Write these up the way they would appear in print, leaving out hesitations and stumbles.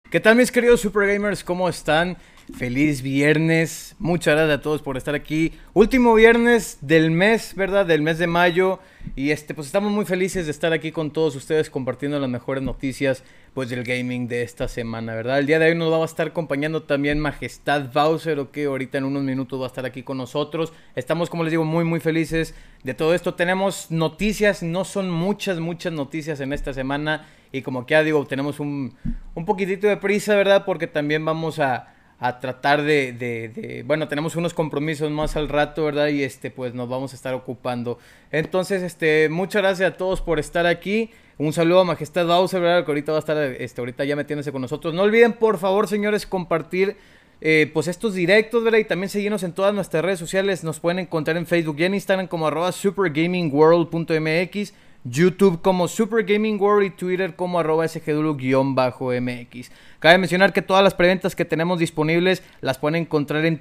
¿Qué tal, mis queridos Super Gamers? ¿Cómo están? Feliz viernes. Muchas gracias a todos por estar aquí. Último viernes del mes, ¿verdad? Del mes de mayo. Y pues estamos muy felices de estar aquí con todos ustedes compartiendo las mejores noticias pues del gaming de esta semana, ¿verdad? El día de hoy nos va a estar acompañando también Majestad Bowser, ok, ahorita en unos minutos va a estar aquí con nosotros. Estamos, como les digo, muy felices de todo esto. Tenemos noticias, no son muchas noticias en esta semana. Y como que ya digo, tenemos un poquitito de prisa, ¿verdad? Porque también vamos a tratar bueno, tenemos unos compromisos más al rato, ¿verdad? Y pues nos vamos a estar ocupando. Entonces, muchas gracias a todos por estar aquí. Un saludo a Majestad Bowser, ¿verdad? Que ahorita va a estar, ahorita ya metiéndose con nosotros. No olviden, por favor, señores, compartir pues estos directos, ¿verdad? Y también seguirnos en todas nuestras redes sociales. Nos pueden encontrar en Facebook y en Instagram como @supergamingworld.mx, YouTube como Super Gaming World y Twitter como @sgdulu_mx. Cabe mencionar que todas las preventas que tenemos disponibles las pueden encontrar en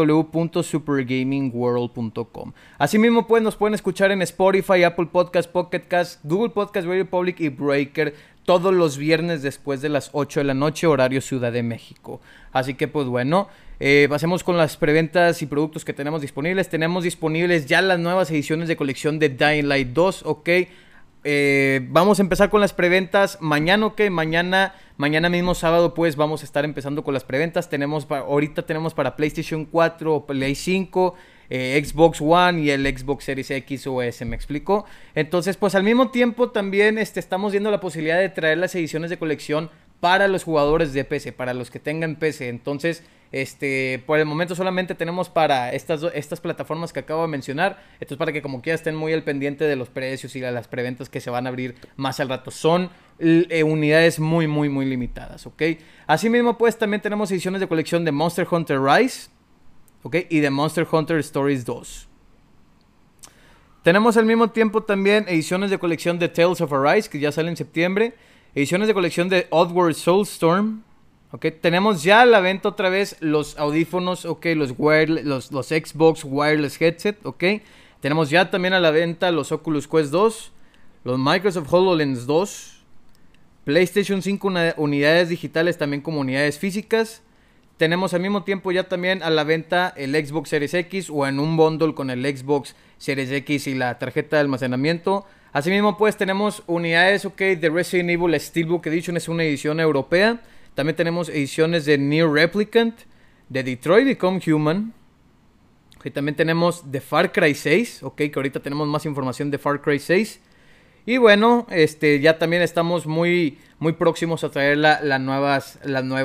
www.supergamingworld.com. Asimismo, pues nos pueden escuchar en Spotify, Apple Podcast, Pocket Cast, Google Podcast, Radio Public y Breaker todos los viernes después de las 8 de la noche, horario Ciudad de México. Así que pues bueno, pasemos con las preventas y productos que tenemos disponibles. Tenemos disponibles ya las nuevas ediciones de colección de Dying Light 2, ok. Vamos a empezar con las preventas mañana, ok. Mañana mismo sábado pues vamos a estar empezando con las preventas. Ahorita tenemos para PlayStation 4 o Play 5, Xbox One y el Xbox Series X o S, ¿me explico? Entonces pues al mismo tiempo también estamos viendo la posibilidad de traer las ediciones de colección para los jugadores de PC, para los que tengan PC. Entonces por el momento solamente tenemos para estas plataformas que acabo de mencionar. Esto es para que como quiera estén muy al pendiente de los precios y de las preventas que se van a abrir más al rato. Son unidades muy limitadas, ok. Asimismo pues también tenemos ediciones de colección de Monster Hunter Rise, ok, y de Monster Hunter Stories 2. Tenemos al mismo tiempo también ediciones de colección de Tales of Arise, que ya sale en septiembre. Ediciones de colección de Oddworld Soulstorm. Ok, tenemos ya a la venta otra vez los audífonos, ok, los Xbox Wireless Headset, ok. Tenemos ya también a la venta los Oculus Quest 2, los Microsoft HoloLens 2, PlayStation 5 unidades digitales también como unidades físicas. Tenemos al mismo tiempo ya también a la venta el Xbox Series X o en un bundle con el Xbox Series X y la tarjeta de almacenamiento. Asimismo pues tenemos unidades, ok, de Resident Evil Steelbook Edition, es una edición europea. También tenemos ediciones de Nier Replicant, de Detroit Become Human. Okay, también tenemos de Far Cry 6, ok, que ahorita tenemos más información de Far Cry 6. Y bueno, ya también estamos muy próximos a traer las nuevas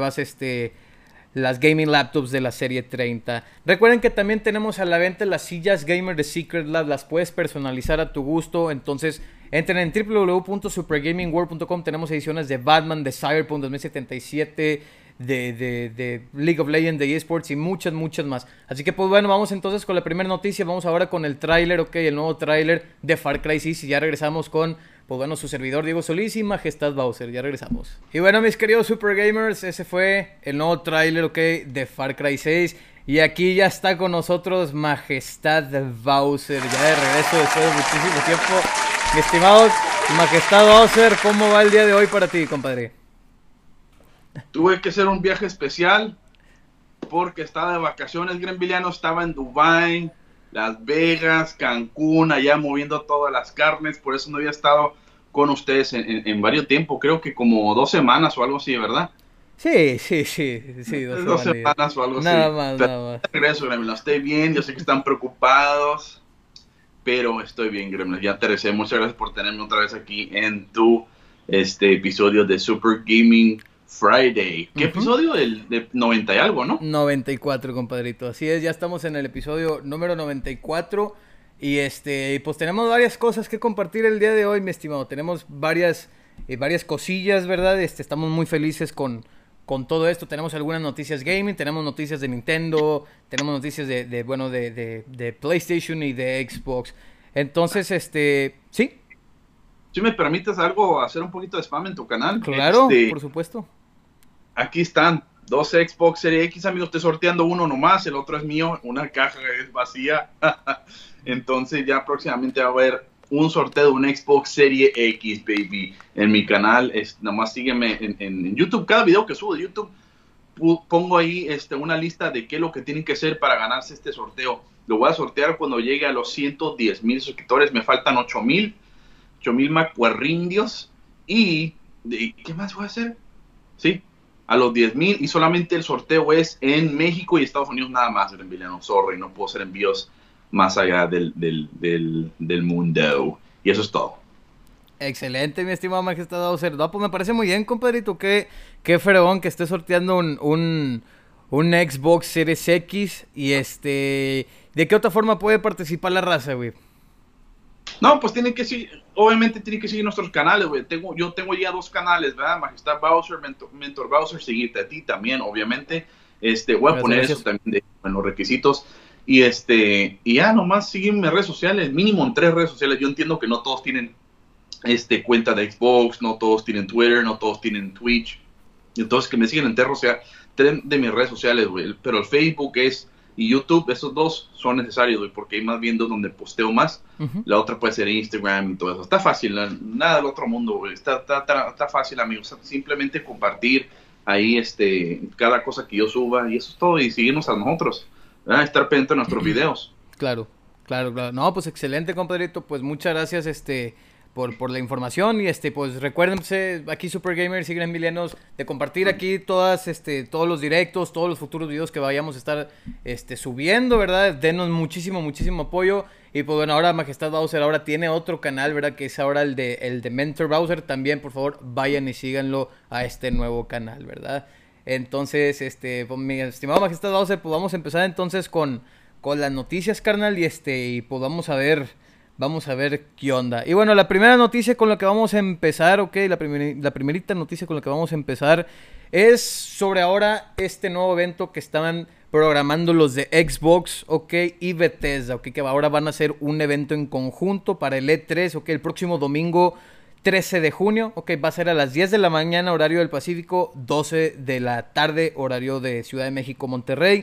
las gaming laptops de la serie 30. Recuerden que también tenemos a la venta las sillas gamer de Secret Lab. Las puedes personalizar a tu gusto. Entonces entren en www.supergamingworld.com. Tenemos ediciones de Batman, de Cyberpunk 2077, de League of Legends, de eSports y muchas más. Así que pues bueno, vamos entonces con la primera noticia. Vamos ahora con el tráiler, ok, el nuevo tráiler de Far Cry 6. Y ya regresamos con, pues bueno, su servidor Diego Solís y Majestad Bowser. Ya regresamos. Y bueno, mis queridos Super Gamers, ese fue el nuevo tráiler, ok, de Far Cry 6. Y aquí ya está con nosotros Majestad Bowser, ya de regreso después de muchísimo tiempo. Mi estimado Majestad Bowser, ¿cómo va el día de hoy para ti, compadre? Tuve que hacer un viaje especial porque estaba de vacaciones, Grembiliano. Estaba en Dubái, Las Vegas, Cancún, allá moviendo todas las carnes. Por eso no había estado con ustedes en varios tiempo, creo que como 2 semanas o algo así, ¿verdad? Sí, 2 semanas o algo nada así. más, Pero nada más. regreso, Gremlin, estoy bien, yo sé que están preocupados, pero estoy bien, Gremlin. Ya te deseo, muchas gracias por tenerme otra vez aquí en tu episodio de Super Gaming Friday. ¿Qué episodio? El de 90 y algo, ¿no? 94, compadrito. Así es, ya estamos en el episodio número 94. Y pues tenemos varias cosas que compartir el día de hoy, mi estimado. Tenemos varias cosillas, ¿verdad? Estamos muy felices con todo esto. Tenemos algunas noticias gaming, tenemos noticias de Nintendo, tenemos noticias de PlayStation y de Xbox. Entonces, ¿sí? Si me permites algo, hacer un poquito de spam en tu canal. Claro, por supuesto. Aquí están 2 Xbox Series X, amigos. Estoy sorteando uno nomás, el otro es mío. Una caja es vacía. Entonces ya próximamente va a haber un sorteo de un Xbox Serie X, baby, en mi canal. Nomás sígueme en YouTube. Cada video que subo de YouTube pongo ahí una lista de qué es lo que tienen que hacer para ganarse este sorteo. Lo voy a sortear cuando llegue a los 110,000 suscriptores. Me faltan 8,000 macuarrindios. ¿Y qué más voy a hacer? Sí, a los 10,000, y solamente el sorteo es en México y Estados Unidos nada más, Emiliano. Sorry, no puedo hacer envíos más allá del mundo. Y eso es todo. Excelente, mi estimado Majestad Bowser. No, pues me parece muy bien, compadrito. Qué fregón que esté sorteando un Xbox Series X. Y ¿de qué otra forma puede participar la raza, güey? No, pues obviamente tienen que seguir nuestros canales, güey. Yo tengo ya 2 canales, ¿verdad? Majestad Bowser, Mentor Bowser, seguirte a ti también, obviamente. Voy a poner eso también en los requisitos. Y ya nomás sígueme en redes sociales, mínimo en 3 redes sociales. Yo entiendo que no todos tienen cuenta de Xbox, no todos tienen Twitter, no todos tienen Twitch. Entonces que me siguen en 3 de mis redes sociales, güey. Pero el Facebook y YouTube, esos 2 son necesarios, güey, porque hay más viendo donde posteo más. La otra puede ser Instagram y todo eso. Está fácil, nada del otro mundo, güey. Está fácil, amigos. Simplemente compartir ahí cada cosa que yo suba, y eso es todo. Y seguirnos a nosotros, ¿verdad? Estar pendiente de nuestros videos. Claro. No, pues excelente, compadrito. Pues muchas gracias, por la información. Y pues recuérdense, aquí Super Gamers y Gran Emilianos, de compartir aquí todos los directos, todos los futuros videos que vayamos a estar subiendo, ¿verdad? Denos muchísimo apoyo. Y pues bueno, ahora Majestad Bowser ahora tiene otro canal, ¿verdad? Que es ahora el de Mentor Bowser. También, por favor, vayan y síganlo a este nuevo canal, ¿verdad? Entonces, pues, mi estimado Majestad Bowser, pues vamos a empezar entonces con las noticias, carnal. Y pues vamos a ver qué onda. Y bueno, la primera noticia con la que vamos a empezar, ok, la primerita noticia con la que vamos a empezar es sobre ahora este nuevo evento que estaban programando los de Xbox, ok, y Bethesda, ok, que ahora van a hacer un evento en conjunto para el E3, ok, el próximo domingo 13 de junio, ok, va a ser a las 10 de la mañana, horario del Pacífico, 12 de la tarde, horario de Ciudad de México, Monterrey.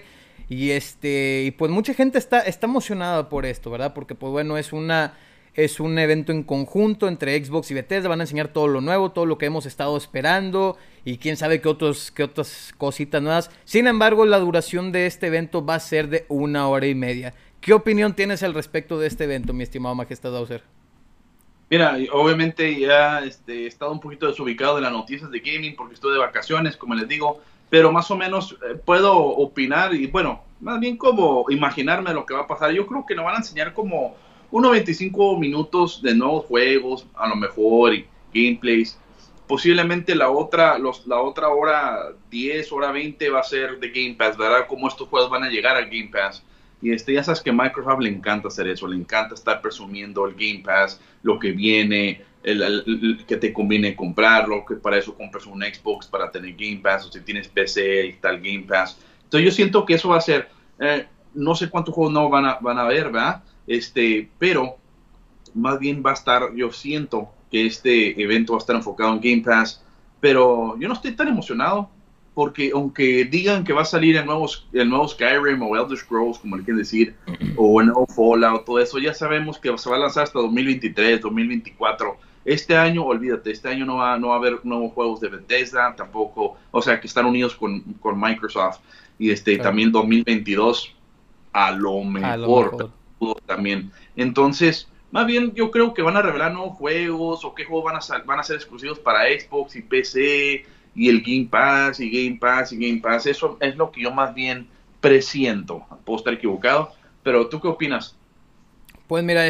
Y pues mucha gente está emocionada por esto, ¿verdad? Porque pues bueno, es un evento en conjunto entre Xbox y Bethesda. Van a enseñar todo lo nuevo, todo lo que hemos estado esperando, y quién sabe qué otras cositas nuevas. Sin embargo, la duración de este evento va a ser de 1 hora y media. ¿Qué opinión tienes al respecto de este evento, mi estimado Majestad Bowser? Mira, obviamente ya he estado un poquito desubicado de las noticias de gaming porque estoy de vacaciones, como les digo, pero más o menos puedo opinar y bueno, más bien como imaginarme lo que va a pasar. Yo creo que nos van a enseñar como unos 25 minutos de nuevos juegos, a lo mejor, y gameplays. Posiblemente la otra hora 10, hora 20 va a ser de Game Pass, ¿verdad? Cómo estos juegos van a llegar al Game Pass. Y ya sabes que a Microsoft le encanta hacer eso, le encanta estar presumiendo el Game Pass, lo que viene, que te conviene comprarlo, que para eso compras un Xbox para tener Game Pass, o si tienes PC y tal Game Pass. Entonces yo siento que eso va a ser, no sé cuántos juegos no van a ver, ¿verdad? Pero más bien va a estar, yo siento que este evento va a estar enfocado en Game Pass, pero yo no estoy tan emocionado, porque aunque digan que va a salir el nuevo Skyrim o Elder Scrolls, como le quieren decir, o el nuevo Fallout, todo eso, ya sabemos que se va a lanzar hasta 2023, 2024. Este año, olvídate, este año no va a haber nuevos juegos de Bethesda tampoco, o sea, que están unidos con Microsoft. Y claro, también 2022, a lo mejor. También. Entonces, más bien yo creo que van a revelar nuevos juegos, o qué juegos van a ser exclusivos para Xbox y PC, y el Game Pass, y Game Pass, y Game Pass. Eso es lo que yo más bien presiento. Puedo estar equivocado, pero ¿tú qué opinas? Pues mira,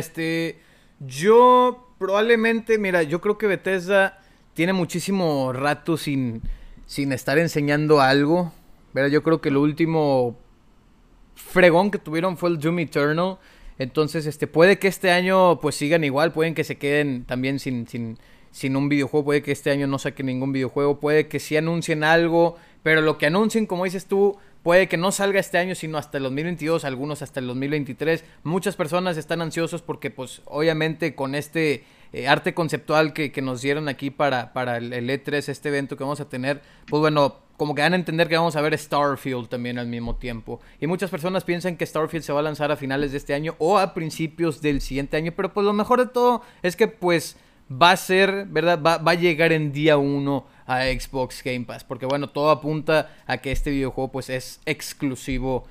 yo probablemente, yo creo que Bethesda tiene muchísimo rato sin estar enseñando algo. ¿Verdad? Yo creo que lo último fregón que tuvieron fue el Doom Eternal. Entonces, puede que este año pues sigan igual, pueden que se queden también sin un videojuego, puede que este año no saquen ningún videojuego, puede que sí anuncien algo, pero lo que anuncien, como dices tú, puede que no salga este año, sino hasta el 2022, algunos hasta el 2023. Muchas personas están ansiosos porque pues obviamente con este arte conceptual que nos dieron aquí para el E3, este evento que vamos a tener, pues bueno, como que dan a entender que vamos a ver Starfield también al mismo tiempo. Y muchas personas piensan que Starfield se va a lanzar a finales de este año o a principios del siguiente año, pero pues lo mejor de todo es que pues va a ser, ¿verdad? Va a llegar en día 1 a Xbox Game Pass, porque bueno, todo apunta a que este videojuego pues es exclusivo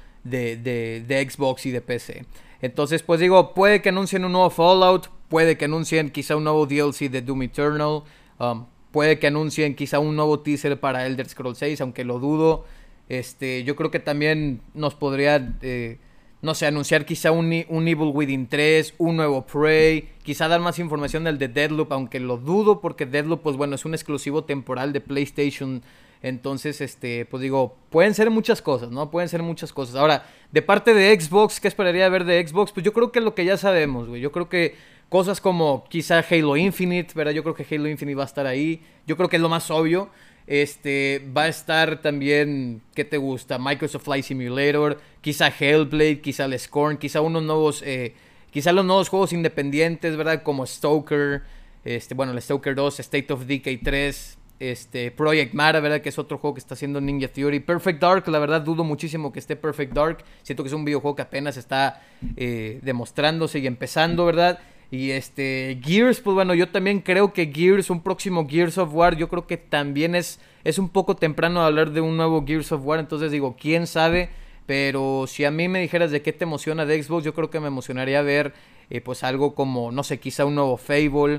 de Xbox y de PC. Entonces pues digo, puede que anuncien un nuevo Fallout, puede que anuncien quizá un nuevo DLC de Doom Eternal, puede que anuncien quizá un nuevo teaser para Elder Scrolls 6, aunque lo dudo. Yo creo que también nos podría, no sé, anunciar quizá un Evil Within 3, un nuevo Prey, quizá dar más información del de Deathloop, aunque lo dudo porque Deathloop, pues bueno, es un exclusivo temporal de PlayStation. Entonces, pues digo, pueden ser muchas cosas, ¿no? Pueden ser muchas cosas. Ahora, de parte de Xbox, ¿qué esperaría ver de Xbox? Pues yo creo que lo que ya sabemos, güey. Yo creo que cosas como quizá Halo Infinite, ¿verdad? Yo creo que Halo Infinite va a estar ahí. Yo creo que es lo más obvio. Va a estar también, ¿qué te gusta? Microsoft Flight Simulator, quizá Hellblade, quizá el Scorn, quizá unos nuevos, quizá los nuevos juegos independientes, ¿verdad? Como Stoker, bueno, el Stoker 2, State of Decay 3, Project Mara, ¿verdad? Que es otro juego que está haciendo Ninja Theory. Perfect Dark, la verdad dudo muchísimo que esté Perfect Dark. Siento que es un videojuego que apenas está demostrándose y empezando, ¿verdad? Y Gears, pues bueno, yo también creo que Gears, un próximo Gears of War, yo creo que también es un poco temprano hablar de un nuevo Gears of War. Entonces digo, quién sabe, pero si a mí me dijeras de qué te emociona de Xbox, yo creo que me emocionaría ver pues algo como, no sé, quizá un nuevo Fable.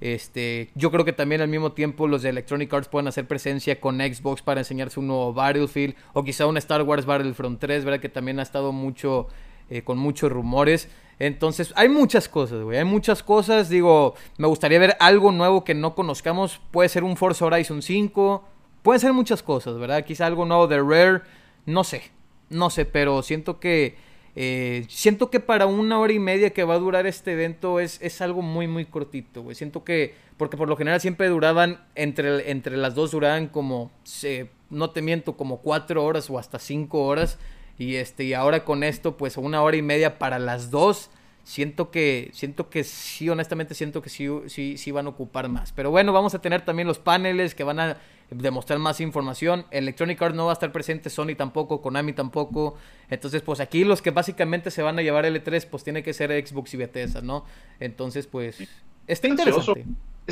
Yo creo que también al mismo tiempo los de Electronic Arts pueden hacer presencia con Xbox para enseñarse un nuevo Battlefield, o quizá un Star Wars Battlefront 3, ¿verdad? Que también ha estado mucho, con muchos rumores. Entonces, hay muchas cosas, güey, hay muchas cosas. Digo, me gustaría ver algo nuevo que no conozcamos. Puede ser un Forza Horizon 5, pueden ser muchas cosas, ¿verdad? Quizá algo nuevo de Rare, no sé, pero siento que para 1 hora y media que va a durar este evento es algo muy muy cortito, güey. Siento que, porque por lo general siempre duraban, entre las dos duraban como, no te miento, como 4 horas o hasta 5 horas. Y ahora con esto, pues 1 hora y media para las dos. Siento que sí, honestamente siento que sí van a ocupar más. Pero bueno, vamos a tener también los paneles que van a demostrar más información. Electronic Arts no va a estar presente, Sony tampoco, Konami tampoco. Entonces, pues aquí los que básicamente se van a llevar L3, pues tiene que ser Xbox y Bethesda, ¿no? Entonces, pues, está interesante.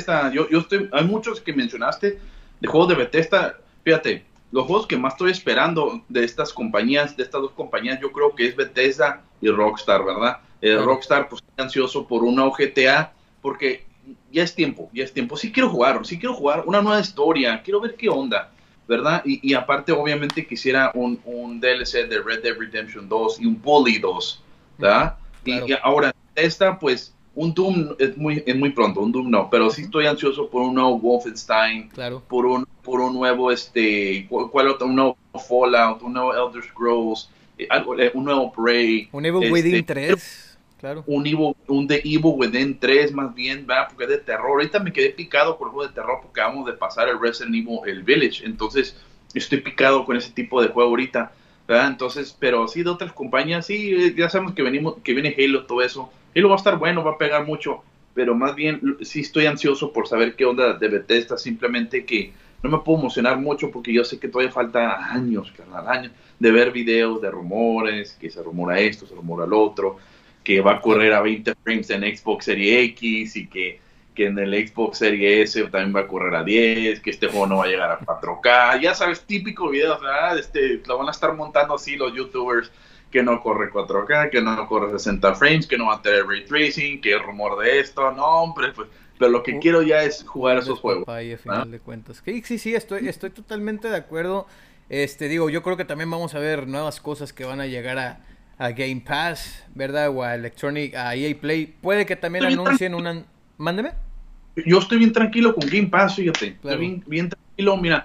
Hay muchos que mencionaste de juegos de Bethesda. Fíjate, los juegos que más estoy esperando de estas compañías, de estas dos compañías, yo creo que es Bethesda y Rockstar, ¿verdad? Rockstar, pues, estoy ansioso por una GTA, porque ya es tiempo. Sí quiero jugar una nueva historia, quiero ver qué onda, ¿verdad? Y aparte, obviamente, quisiera un DLC de Red Dead Redemption 2 y un Bully 2, ¿verdad? Claro. Y ahora, pues, un Doom es muy pronto, un Doom no, pero sí estoy ansioso por un nuevo Wolfenstein, claro, por un nuevo, ¿cuál otro? Un nuevo Fallout, un nuevo Elder Scrolls, un nuevo Prey. Un Evil Within 3, claro. Un The Evil Within 3 más bien, ¿verdad? Porque es de terror. Ahorita me quedé picado por el juego de terror porque acabamos de pasar el Resident Evil, el Village, entonces estoy picado con ese tipo de juego ahorita, ¿verdad? Entonces, pero sí de otras compañías, sí, ya sabemos que viene Halo, todo eso. Halo va a estar bueno, va a pegar mucho, pero más bien sí estoy ansioso por saber qué onda de Bethesda, simplemente que no me puedo emocionar mucho porque yo sé que todavía falta años, de ver videos de rumores, que se rumora esto, se rumora lo otro, que va a correr a 20 frames en Xbox Series X y que en el Xbox Series S también va a correr a 10, que este juego no va a llegar a 4K, ya sabes, típico video, ¿verdad? Lo van a estar montando así los youtubers, que no corre 4K, que no corre 60 frames, que no va a tener ray tracing, que el rumor de esto, no, hombre, pues, pero lo que quiero ya es jugar esos juegos. Papá, a final de cuentas. Sí, estoy totalmente de acuerdo. Digo, yo creo que también vamos a ver nuevas cosas que van a llegar a Game Pass, ¿verdad? O a EA Play. Puede que también anuncien una... Mándeme. Yo estoy bien tranquilo con Game Pass, fíjate. Claro. Estoy bien tranquilo, mira,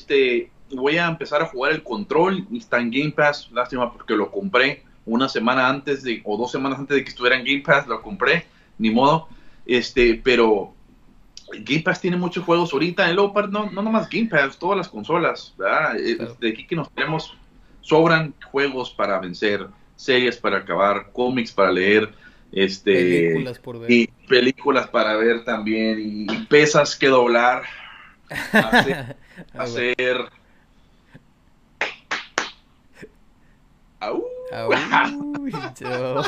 voy a empezar a jugar el Control, está en Game Pass, lástima porque lo compré una semana antes o 2 semanas antes de que estuviera en Game Pass, lo compré, ni modo, pero Game Pass tiene muchos juegos ahorita, el no nomás Game Pass, todas las consolas, ¿verdad? Claro. De aquí que nos tenemos, sobran juegos para vencer, series para acabar, cómics para leer, Películas por ver. y películas para ver también, y pesas que doblar, hacer, Ah, güey. hacer, ¡au! Uy, yo.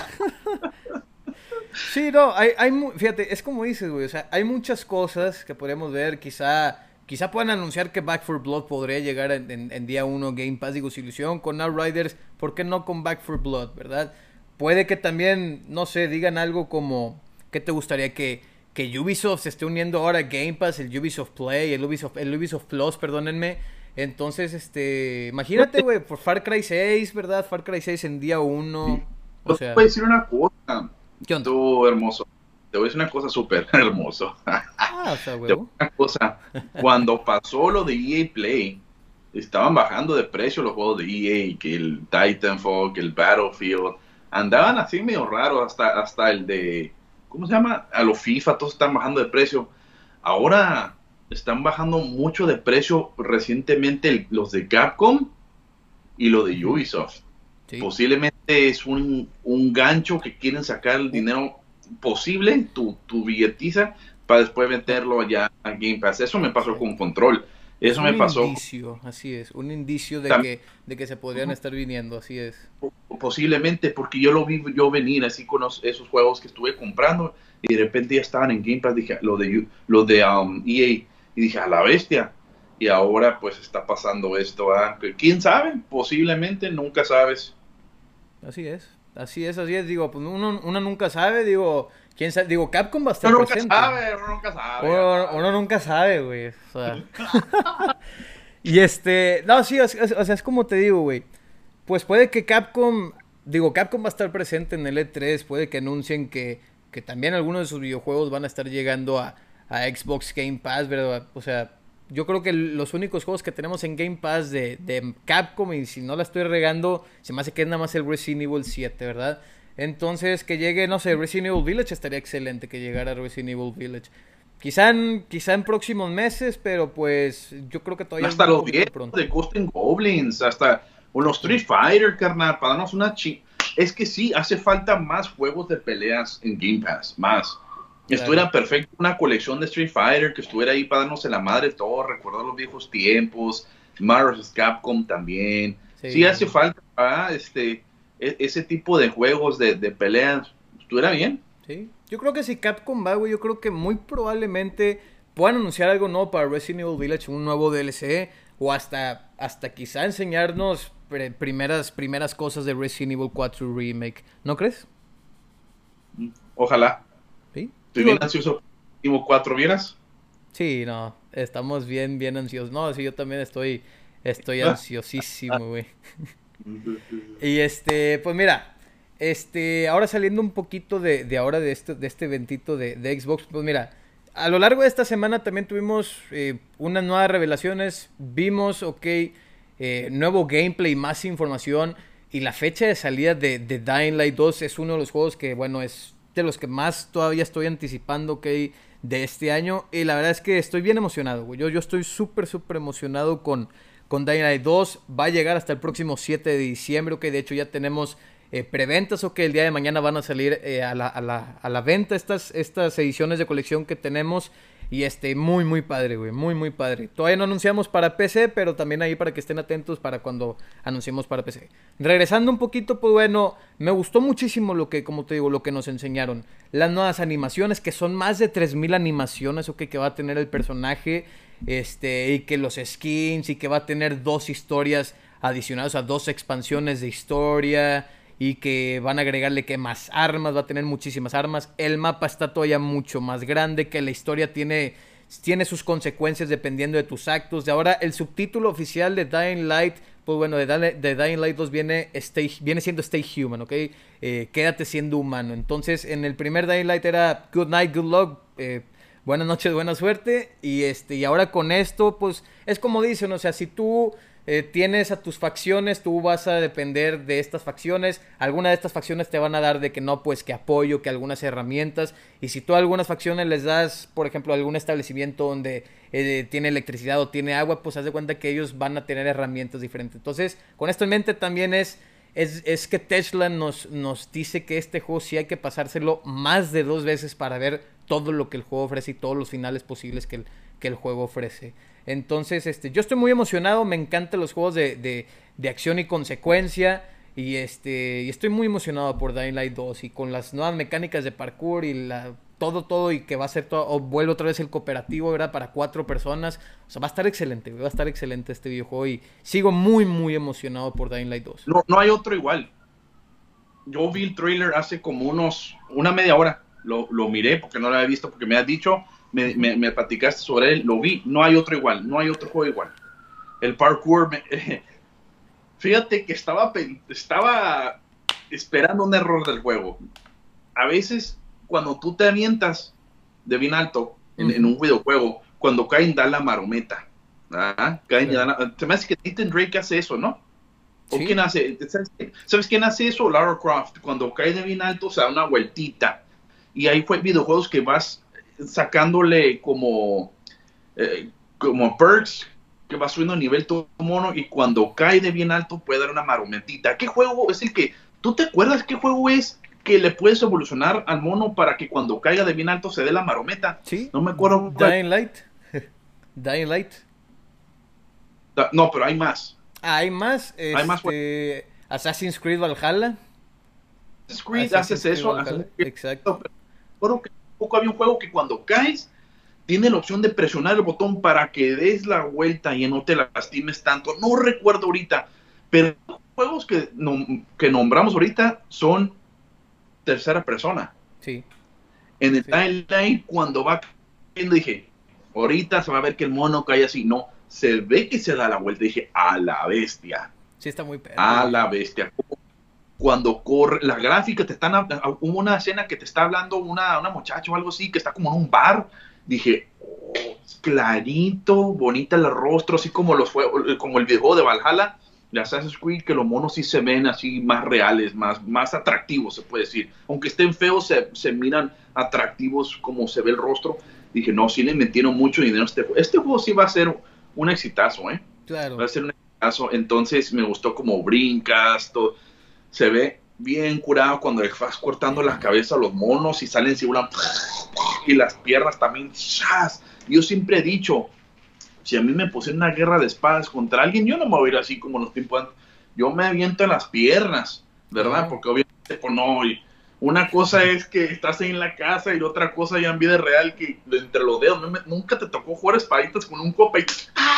Sí, no, fíjate, es como dices, güey, o sea, hay muchas cosas que podemos ver, quizá puedan anunciar que Back 4 Blood podría llegar en día uno Game Pass, digo, sin ilusión, con Outriders, ¿por qué no con Back 4 Blood, verdad? Puede que también, no sé, digan algo como, ¿qué te gustaría que Ubisoft se esté uniendo ahora a Game Pass, el Ubisoft Play, el Ubisoft Plus, perdónenme? Entonces, imagínate, güey, por Far Cry 6, ¿verdad? Far Cry 6 en día uno, o Yo te voy sea, a decir una cosa, ¿qué onda? tú hermoso, te voy a decir una cosa súper hermoso. Ah, o sea, Te voy huevo. a decir una cosa, cuando pasó lo de EA Play, estaban bajando de precio los juegos de EA, que el Titanfall, que el Battlefield, andaban así medio raro, hasta el de, ¿cómo se llama? A los FIFA, todos están bajando de precio. Ahora están bajando mucho de precio recientemente los de Capcom y lo de Ujú. Ubisoft. Sí. Posiblemente es un gancho que quieren sacar el dinero posible, tu billetiza, para después meterlo allá a Game Pass. Eso me pasó con Exacto. Control. Es Eso un me pasó indicio, así es, un indicio de también, que se podrían estar viniendo, así es. posiblemente, porque yo lo vi yo venir así con esos juegos que estuve comprando y de repente ya estaban en Game Pass. Dije, lo de EA, y dije, a la bestia. Y ahora pues está pasando esto. ¿Quién sabe? Posiblemente, nunca sabes. Así es, así es, así es. Digo, pues uno nunca sabe, digo, quién sabe, digo, Capcom va a estar Uno nunca presente. sabe, uno nunca sabe, ya Uno sabes. nunca sabe, güey. O sea. Y no, sí, o sea, es como te digo, güey. Pues puede que Capcom va a estar presente en el E3, puede que anuncien que también algunos de sus videojuegos van a estar llegando a Xbox Game Pass, ¿verdad? O sea, yo creo que los únicos juegos que tenemos en Game Pass de Capcom, y si no la estoy regando, se me hace que es nada más el Resident Evil 7, ¿verdad? Entonces, que llegue, no sé, Resident Evil Village estaría excelente que llegara Resident Evil Village. Quizá en próximos meses, pero pues yo creo que todavía es Hasta un los poquito viejos pronto. de Ghost and Goblins, hasta unos Ujú. Street Fighter, carnal, para darnos Es que sí, hace falta más juegos de peleas en Game Pass, más. Esto Claro. era perfecto, una colección de Street Fighter que estuviera ahí para darnos en la madre todo, recordar los viejos tiempos, Marvel's Capcom también. Sí hace Sí, falta, ese tipo de juegos de peleas, estuviera bien. sí. Yo creo que si Capcom va, güey, yo creo que muy probablemente puedan anunciar algo nuevo para Resident Evil Village, un nuevo DLC, o hasta quizá enseñarnos primeras cosas de Resident Evil 4 Remake. ¿No crees? Ojalá. Sí. Estoy bien Digo, ansioso. Último cuatro, ¿vieras? sí, no, estamos bien, bien ansiosos. No, sí, yo también estoy ansiosísimo, güey. Y pues mira, ahora saliendo un poquito de este eventito de Xbox, pues mira, a lo largo de esta semana también tuvimos unas nuevas revelaciones, vimos, ok, nuevo gameplay, más información, y la fecha de salida de Dying Light 2 es uno de los juegos que, bueno, es de los que más todavía estoy anticipando, ok, de este año, y la verdad es que estoy bien emocionado, güey. Yo estoy súper, súper emocionado con Dying Light 2. Va a llegar hasta el próximo 7 de diciembre. Ok, de hecho ya tenemos preventas. Ok, el día de mañana van a salir a la venta estas ediciones de colección que tenemos. Y muy, muy padre, güey. Muy, muy padre. Todavía no anunciamos para PC, pero también ahí para que estén atentos para cuando anunciemos para PC. Regresando un poquito, pues bueno, me gustó muchísimo como te digo, lo que nos enseñaron. Las nuevas animaciones, que son más de 3000 animaciones, ok, que va a tener el personaje. Y que los skins, y que va a tener dos historias adicionadas, o sea, dos expansiones de historia, y que van a agregarle que más armas, va a tener muchísimas armas. El mapa está todavía mucho más grande, que la historia tiene sus consecuencias dependiendo de tus actos. De ahora, el subtítulo oficial de Dying Light, pues bueno, de Dying Light 2 viene siendo Stay Human, ¿ok? Quédate siendo humano. Entonces, en el primer Dying Light era Good Night, Good Luck, buenas noches, buena suerte. Y ahora con esto, pues es como dicen, o sea, si tú tienes a tus facciones, tú vas a depender de estas facciones. Algunas de estas facciones te van a dar de que no, pues que apoyo, que algunas herramientas. Y si tú a algunas facciones les das, por ejemplo, algún establecimiento donde tiene electricidad o tiene agua, pues haz de cuenta que ellos van a tener herramientas diferentes. Entonces, con esto en mente también es que Tesla nos dice que este juego sí hay que pasárselo más de 2 veces para ver todo lo que el juego ofrece y todos los finales posibles que el juego ofrece. Entonces, yo estoy muy emocionado, me encantan los juegos de acción y consecuencia. Y estoy muy emocionado por Dying Light 2 y con las nuevas mecánicas de parkour y todo y que va a ser todo, o vuelve otra vez el cooperativo, ¿verdad? Para 4 personas. O sea, va a estar excelente, va a estar excelente este videojuego y sigo muy, muy emocionado por Dying Light 2. No hay otro igual. Yo vi el trailer hace como una media hora. Lo miré porque no lo había visto, porque me has dicho, me platicaste sobre él, lo vi. No hay otro igual, no hay otro juego igual. El parkour, fíjate que estaba esperando un error del juego. A veces, cuando tú te avientas de bien alto en un videojuego, cuando caen, da la marometa. Se me hace que Nathan Drake hace eso, ¿no? ¿O sí? ¿Quién hace? ¿Sabes quién hace eso? Lara Croft. Cuando cae de bien alto, se da una vueltita. Y ahí fue videojuegos que vas sacándole como perks, que va subiendo a nivel tu mono, y cuando cae de bien alto puede dar una marometita. ¿Qué juego es el que... ¿Tú te acuerdas qué juego es que le puedes evolucionar al mono para que cuando caiga de bien alto se dé la marometa? Sí. No me acuerdo. Dying Light. Dying Light. No, pero hay más. Hay más. Hay más. Assassin's Creed Valhalla. Assassin's Creed haces eso. Exacto. Recuerdo que poco había un juego que cuando caes tiene la opción de presionar el botón para que des la vuelta y no te lastimes tanto. No recuerdo ahorita, pero los juegos que nombramos ahorita son tercera persona. Sí. En el timeline, cuando va cayendo, dije, ahorita se va a ver que el mono cae así. No, se ve que se da la vuelta. Dije, a la bestia. Sí, está muy perro. A la bestia. Cuando corre, la gráfica, hubo una escena que te está hablando una muchacha o algo así, que está como en un bar. Dije, clarito, bonita el rostro, así como como el videojuego de Valhalla, de Assassin's Creed, que los monos sí se ven así más reales, más atractivos, se puede decir. Aunque estén feos, se miran atractivos como se ve el rostro. Dije, no, sí le metieron mucho dinero a este juego. Este juego sí va a ser un exitazo, ¿eh? Claro. Va a ser un exitazo. Entonces me gustó como brincas, todo. Se ve bien curado cuando le vas cortando la cabeza a los monos y salen y las piernas también. Yo siempre he dicho, si a mí me pusieron una guerra de espadas contra alguien, yo no me voy a ir así como los tiempos antes. Yo me aviento en las piernas, ¿verdad? Porque obviamente, pues no, una cosa es que estás ahí en la casa y otra cosa ya en vida real, que entre los dedos, nunca te tocó jugar espaditas con un copa y...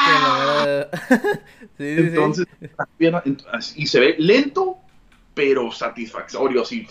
Sí, entonces, las piernas, y se ve lento, pero satisfactorio, así.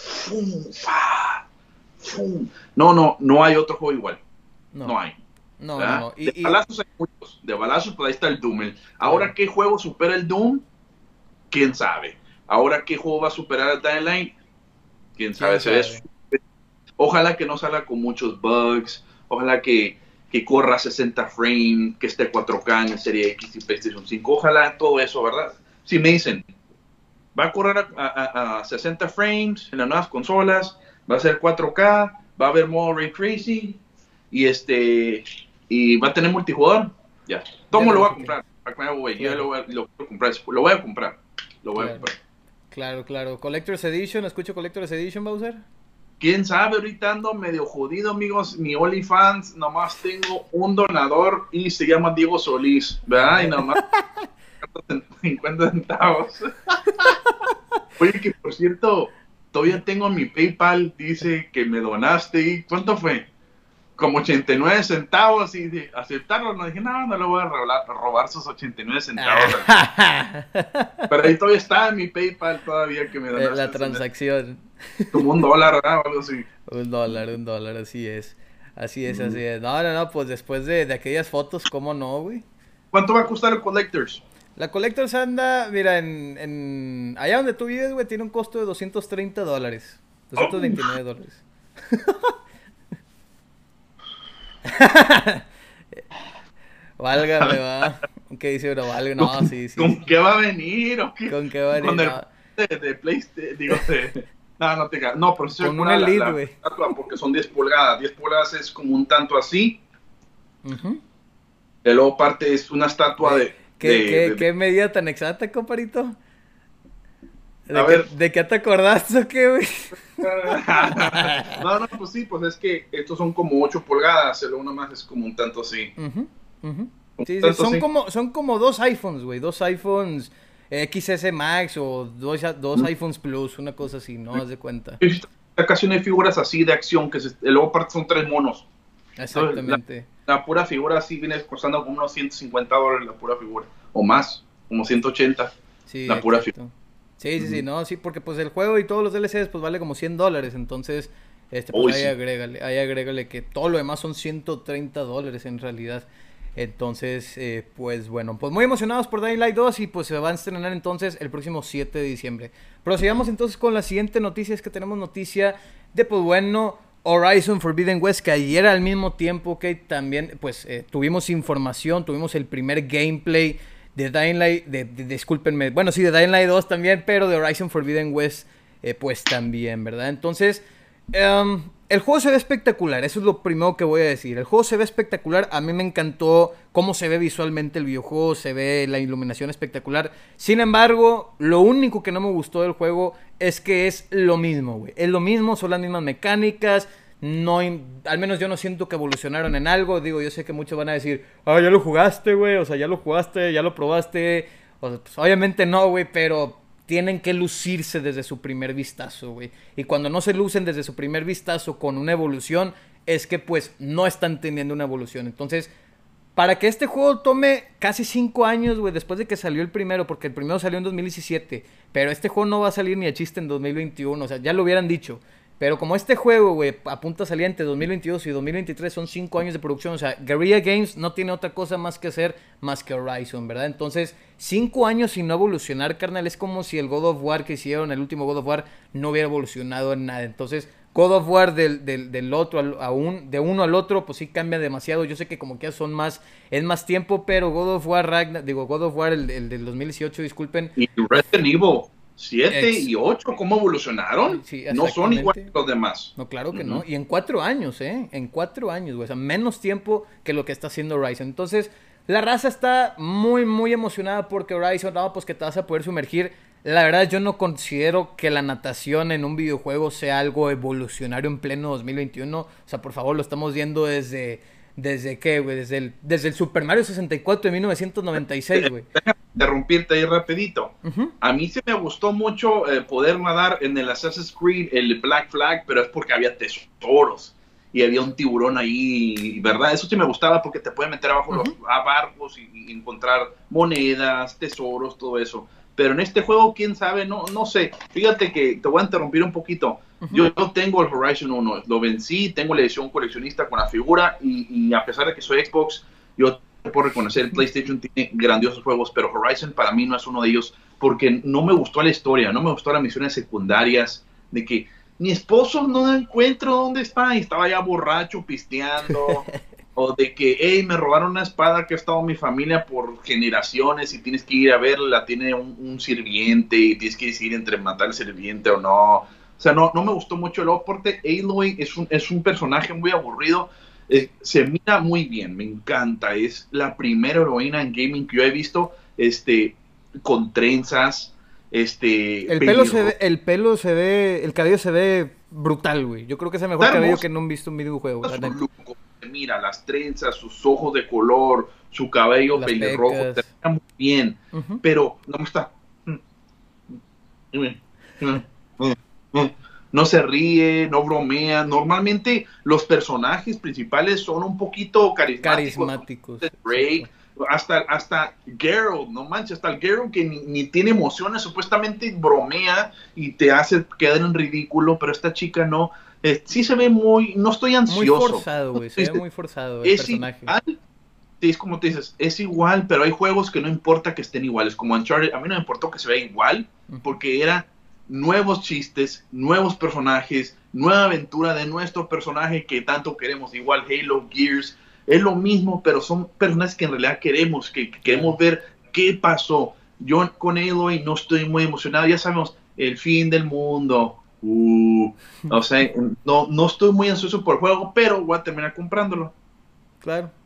No hay otro juego igual. No hay. No. De balazos hay muchos. De balazos, pues ahí está el Doom. Ahora, ¿qué juego supera el Doom? ¿Quién sabe? Ahora, ¿qué juego va a superar el Dying Light? ¿Quién sabe? Ojalá que no salga con muchos bugs. Ojalá que corra 60 frames, que esté 4K en Serie X y PlayStation 5. Ojalá todo eso, ¿verdad? Si me dicen, va a correr a 60 frames en las nuevas consolas, va a ser 4K, va a haber modo Ray Tracing y va a tener multijugador. Ya. ¿Cómo lo voy a comprar? Yo lo voy a comprar. Claro. Collector's Edition, ¿escucho Collector's Edition, Bowser? ¿Quién sabe? Ahorita ando medio jodido, amigos. Mi OnlyFans, nomás tengo un donador y se llama Diego Solís, ¿verdad? Y nomás 50 centavos. Oye, que por cierto, todavía tengo mi PayPal, dice que me donaste. ¿Y cuánto fue? Como 89 centavos. Y de aceptarlo, no dije, no le voy a robar sus 89 centavos. Pero ahí todavía está en mi PayPal todavía que me donaste. La transacción. Como $1, ¿verdad? O algo así. Un dólar, así es. Así es. No, pues después de aquellas fotos, ¿cómo no, güey? ¿Cuánto va a costar el Collectors? La Collectors anda, mira, allá donde tú vives, güey, tiene un costo de $230. $229. Válgame, va. ¿Qué dice, bro? Válgame, no, sí. ¿Con qué va a venir? ¿O qué? ¿Con qué va a venir? Con el de PlayStation, digo, no te cagas. No, pero sí con un Elite, güey. Porque son 10 pulgadas. 10 pulgadas es como un tanto así. Y luego parte es una estatua de... ¿Qué medida tan exacta, comparito? A ver. ¿De qué te acordaste o qué, güey? No, pues sí, pues es que estos son como 8 pulgadas, el uno más es como un tanto así. Sí, Tanto así. son como dos iPhones, güey. Dos iPhones XS Max o dos iPhones Plus, una cosa así, ¿no? Haz de cuenta. Casi no hay figuras así de acción, luego aparte son 3 monos. Exactamente. Entonces, la pura figura así viene costando como unos $150 la pura figura, o más, como 180 Sí, la pura exacto. figura. Sí, no, sí, porque pues el juego y todos los DLCs pues vale como $100, entonces, pues ahí agrégale que todo lo demás son $130 en realidad. Entonces, pues bueno, pues muy emocionados por Dying Light 2 y pues se va a estrenar entonces el próximo 7 de diciembre. Prosigamos entonces con la siguiente noticia, es que tenemos noticia de, pues bueno, Horizon Forbidden West, que ayer al mismo tiempo que también, pues tuvimos información, tuvimos el primer gameplay de Dying Light, discúlpenme, bueno, sí, de Dying Light 2 también, pero de Horizon Forbidden West, pues también, ¿verdad? Entonces, el juego se ve espectacular, eso es lo primero que voy a decir. El juego se ve espectacular, a mí me encantó cómo se ve visualmente el videojuego, se ve la iluminación espectacular. Sin embargo, lo único que no me gustó del juego es que es lo mismo, güey. Es lo mismo, son las mismas mecánicas. No, al menos yo no siento que evolucionaron en algo. Digo, yo sé que muchos van a decir, ah, ya lo jugaste, güey, o sea, ya lo jugaste, ya lo probaste. O sea, pues obviamente no, güey, pero tienen que lucirse desde su primer vistazo, güey. Y cuando no se lucen desde su primer vistazo con una evolución, es que pues no están teniendo una evolución. Entonces, para que este juego tome casi 5 años, güey, después de que salió el primero, porque el primero salió en 2017, pero este juego no va a salir ni a chiste en 2021, o sea, ya lo hubieran dicho. Pero como este juego, güey, apunta a salir entre 2022 y 2023, son 5 años de producción. O sea, Guerrilla Games no tiene otra cosa más que hacer más que Horizon, ¿verdad? Entonces, 5 años sin no evolucionar, carnal, es como si el God of War que hicieron, el último God of War, no hubiera evolucionado en nada. Entonces, God of War del otro de uno al otro, pues sí cambia demasiado. Yo sé que como que es más tiempo, pero God of War God of War, el del 2018, disculpen. Y Resident Evil 7 y 8, ¿cómo evolucionaron? Sí, no son iguales que los demás. No, claro que no. Y en 4 años, En 4 años, güey. O sea, menos tiempo que lo que está haciendo Horizon. Entonces, la raza está muy, muy emocionada porque Horizon, no, pues que te vas a poder sumergir. La verdad, yo no considero que la natación en un videojuego sea algo evolucionario en pleno 2021. O sea, por favor, lo estamos viendo ¿desde qué, güey? Desde el Super Mario 64 de 1996, güey. Déjame interrumpirte ahí rapidito. A mí se me gustó mucho poder nadar en el Assassin's Creed, el Black Flag, pero es porque había tesoros y había un tiburón ahí, ¿verdad? Eso sí me gustaba porque te puede meter abajo los barcos y encontrar monedas, tesoros, todo eso. Pero en este juego, quién sabe, no sé. Fíjate que te voy a interrumpir un poquito. Yo tengo el Horizon 1, lo vencí, tengo la edición coleccionista con la figura y a pesar de que soy Xbox, yo te puedo reconocer, el PlayStation tiene grandiosos juegos, pero Horizon para mí no es uno de ellos porque no me gustó la historia, no me gustó las misiones secundarias, de que mi esposo no encuentro dónde está y estaba ya borracho, pisteando. O de que, hey, me robaron una espada que ha estado en mi familia por generaciones y tienes que ir a verla, la tiene un sirviente y tienes que decidir entre matar al sirviente o no. O sea, no me gustó mucho el aporte. Aloy es un personaje muy aburrido. Se mira muy bien, me encanta. Es la primera heroína en gaming que yo he visto, con trenzas, el cabello se ve brutal, güey. Yo creo que es el mejor cabello que no he visto en un videojuego. Mira, las trenzas, sus ojos de color, su cabello pelirrojo, te mira muy bien, pero no me está. No se ríe, no bromea. Normalmente los personajes principales son un poquito carismáticos. Drake, hasta Geralt, no manches, hasta el Geralt que ni tiene emociones, supuestamente bromea y te hace quedar en ridículo, pero esta chica no. Sí se ve no estoy ansioso. Muy forzado, güey, se ve muy forzado el personaje. Igual, sí, es como te dices, es igual, pero hay juegos que no importa que estén iguales, como Uncharted, a mí no me importó que se vea igual, porque era nuevos chistes, nuevos personajes, nueva aventura de nuestro personaje que tanto queremos, igual Halo, Gears, es lo mismo, pero son personajes que en realidad queremos ver qué pasó. Yo con Aloy no estoy muy emocionado, ya sabemos, el fin del mundo. O sea, no estoy muy ansioso por el juego, pero voy a terminar comprándolo. Claro.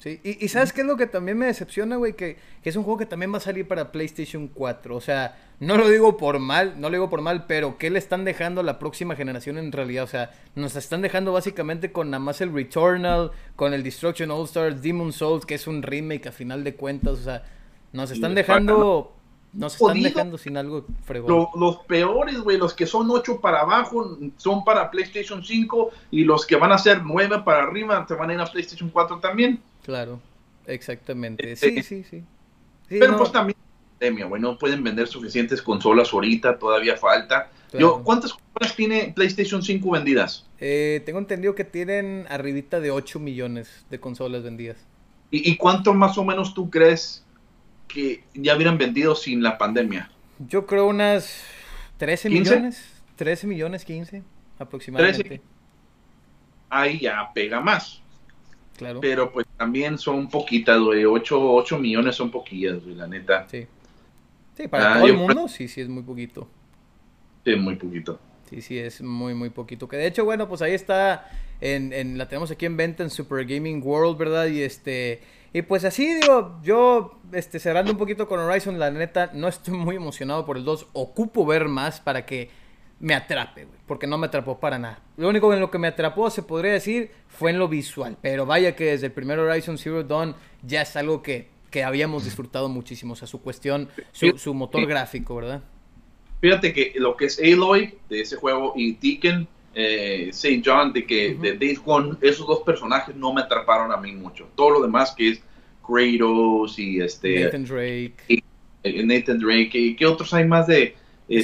Sí, y ¿sabes qué es lo que también me decepciona, güey? Que es un juego que también va a salir para PlayStation 4. O sea, no lo digo por mal, pero ¿qué le están dejando a la próxima generación en realidad? O sea, nos están dejando básicamente con nada más el Returnal, con el Destruction All Stars, Demon's Souls, que es un remake a final de cuentas. O sea, nos están dejando sin algo fregón. Los peores, güey, los que son 8 para abajo son para PlayStation 5 y los que van a ser 9 para arriba se van a ir a PlayStation 4 también. Claro, exactamente. Sí. Pero pues también, güey, no pueden vender suficientes consolas ahorita, todavía falta. Claro. ¿Cuántas consolas tiene PlayStation 5 vendidas? Tengo entendido que tienen arribita de 8 millones de consolas vendidas. ¿Y cuánto más o menos tú crees que ya hubieran vendido sin la pandemia? Yo creo unas 13 millones, 13 millones, 15 aproximadamente. 13. Ahí ya pega más. Claro. Pero pues también son poquitas, güey. 8 millones son poquillas, güey, la neta. Sí. Sí, para todo el mundo, sí es muy poquito. Sí, muy poquito. Sí, es muy poquito. Que de hecho, bueno, pues ahí está, la tenemos aquí en venta en Super Gaming World, ¿verdad? Y pues así, digo, yo, cerrando un poquito con Horizon, la neta, no estoy muy emocionado por el 2. Ocupo ver más para que me atrape, güey, porque no me atrapó para nada. Lo único en lo que me atrapó, se podría decir, fue en lo visual. Pero vaya que desde el primer Horizon Zero Dawn ya es algo que habíamos disfrutado muchísimo. O sea, su cuestión, su motor gráfico, ¿verdad? Fíjate que lo que es Aloy de ese juego y Deacon, St. John, de Days Gone, esos dos personajes no me atraparon a mí mucho. Todo lo demás que es Kratos y Nathan Drake. Nathan Drake. ¿Y qué otros hay más de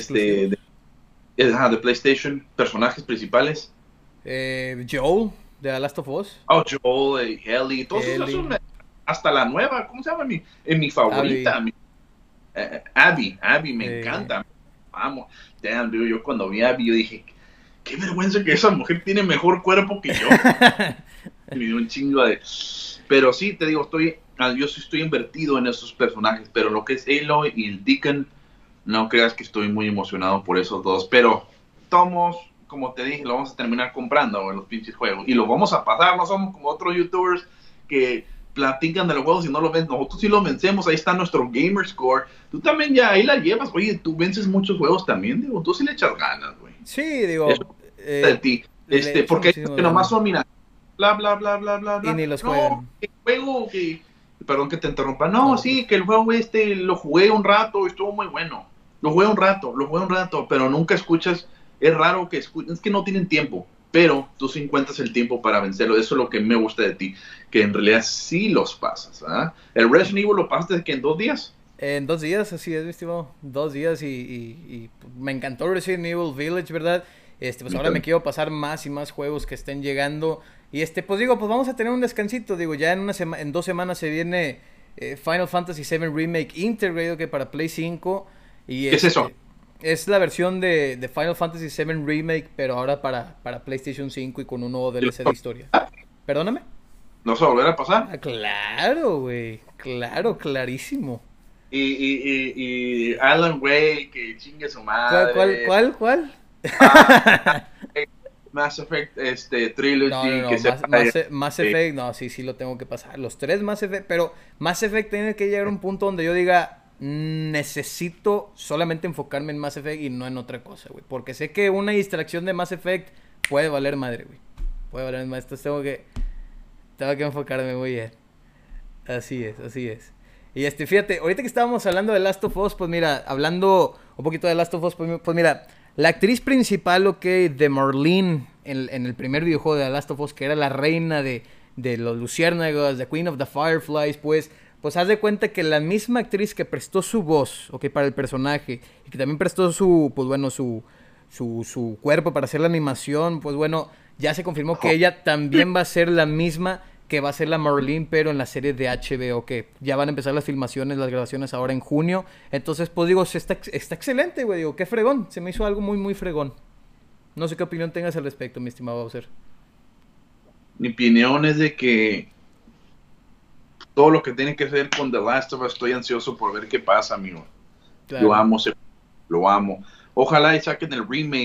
PlayStation? Personajes principales. Joel, de The Last of Us. Oh, Joel, Ellie, todos esos, hasta la nueva, ¿cómo se llama? Mi favorita. Abby, me encanta. Vamos, damn, dude, yo cuando vi a Abby, yo dije, qué vergüenza que esa mujer tiene mejor cuerpo que yo. Me dio un chingo de... Pero sí, te digo, yo sí estoy invertido en esos personajes, pero lo que es Aloy y el Deacon, no creas que estoy muy emocionado por esos dos, pero tomos, como te dije, lo vamos a terminar comprando en los pinches juegos, y lo vamos a pasar, no somos como otros youtubers que platican de los juegos y no lo ven, nosotros sí lo vencemos, ahí está nuestro gamer score, tú también ya ahí la llevas, oye, tú vences muchos juegos también, digo, tú sí le echas ganas, güey. Sí, digo, de ti, porque nomás son, mira, bla, bla, bla, bla, bla, bla. Y ni los juegan. El juego perdón que te interrumpa, no, sí, que el juego lo jugué un rato, estuvo muy bueno, lo jugué un rato, pero nunca escuchas, es raro que escuches, es que no tienen tiempo, pero tú sí encuentras el tiempo para vencerlo, eso es lo que me gusta de ti, que en realidad sí los pasas, ¿ah? ¿El Resident Evil lo pasaste que en 2 días? En 2 días, así es, mi estimado, 2 días y me encantó Resident Evil Village, ¿verdad? Pues ahora me quiero pasar más y más juegos que estén llegando. Y pues digo, pues vamos a tener un descansito. Digo, ya en 2 semanas se viene Final Fantasy VII Remake Integrated, que para Play 5. Y ¿qué es eso? Es la versión de Final Fantasy VII Remake, pero ahora para PlayStation 5 y con un nuevo DLC de historia. ¿Perdóname? ¿No se va a volver a pasar? Ah, claro, güey. Claro, clarísimo. Y Alan Wake, que chingue su madre. ¿Cuál? Mass Effect Trilogy. No, que Mass Effect, no, sí lo tengo que pasar. Los 3 Mass Effect, pero Mass Effect tiene que llegar a un punto donde yo diga, necesito solamente enfocarme en Mass Effect y no en otra cosa, güey. Porque sé que una distracción de Mass Effect puede valer madre, güey. Puede valer madre. Entonces tengo que enfocarme muy bien. Así es. Y fíjate, ahorita que estábamos hablando de Last of Us, pues mira, hablando un poquito de Last of Us, pues mira, la actriz principal, de Marlene, en el primer videojuego de The Last of Us, que era la reina de los luciérnagas, The Queen of the Fireflies, pues haz de cuenta que la misma actriz que prestó su voz, para el personaje, y que también prestó su cuerpo para hacer la animación, pues bueno, ya se confirmó que ella también va a ser la misma que va a ser la Marlene, pero en la serie de HBO, que ya van a empezar las filmaciones, las grabaciones ahora en junio. Entonces, pues digo, está excelente, güey, digo, qué fregón, se me hizo algo muy, muy fregón. No sé qué opinión tengas al respecto, mi estimado Bowser. Mi opinión es de que todo lo que tiene que ver con The Last of Us, estoy ansioso por ver qué pasa, amigo. Claro. Lo amo. Ojalá y saquen el remake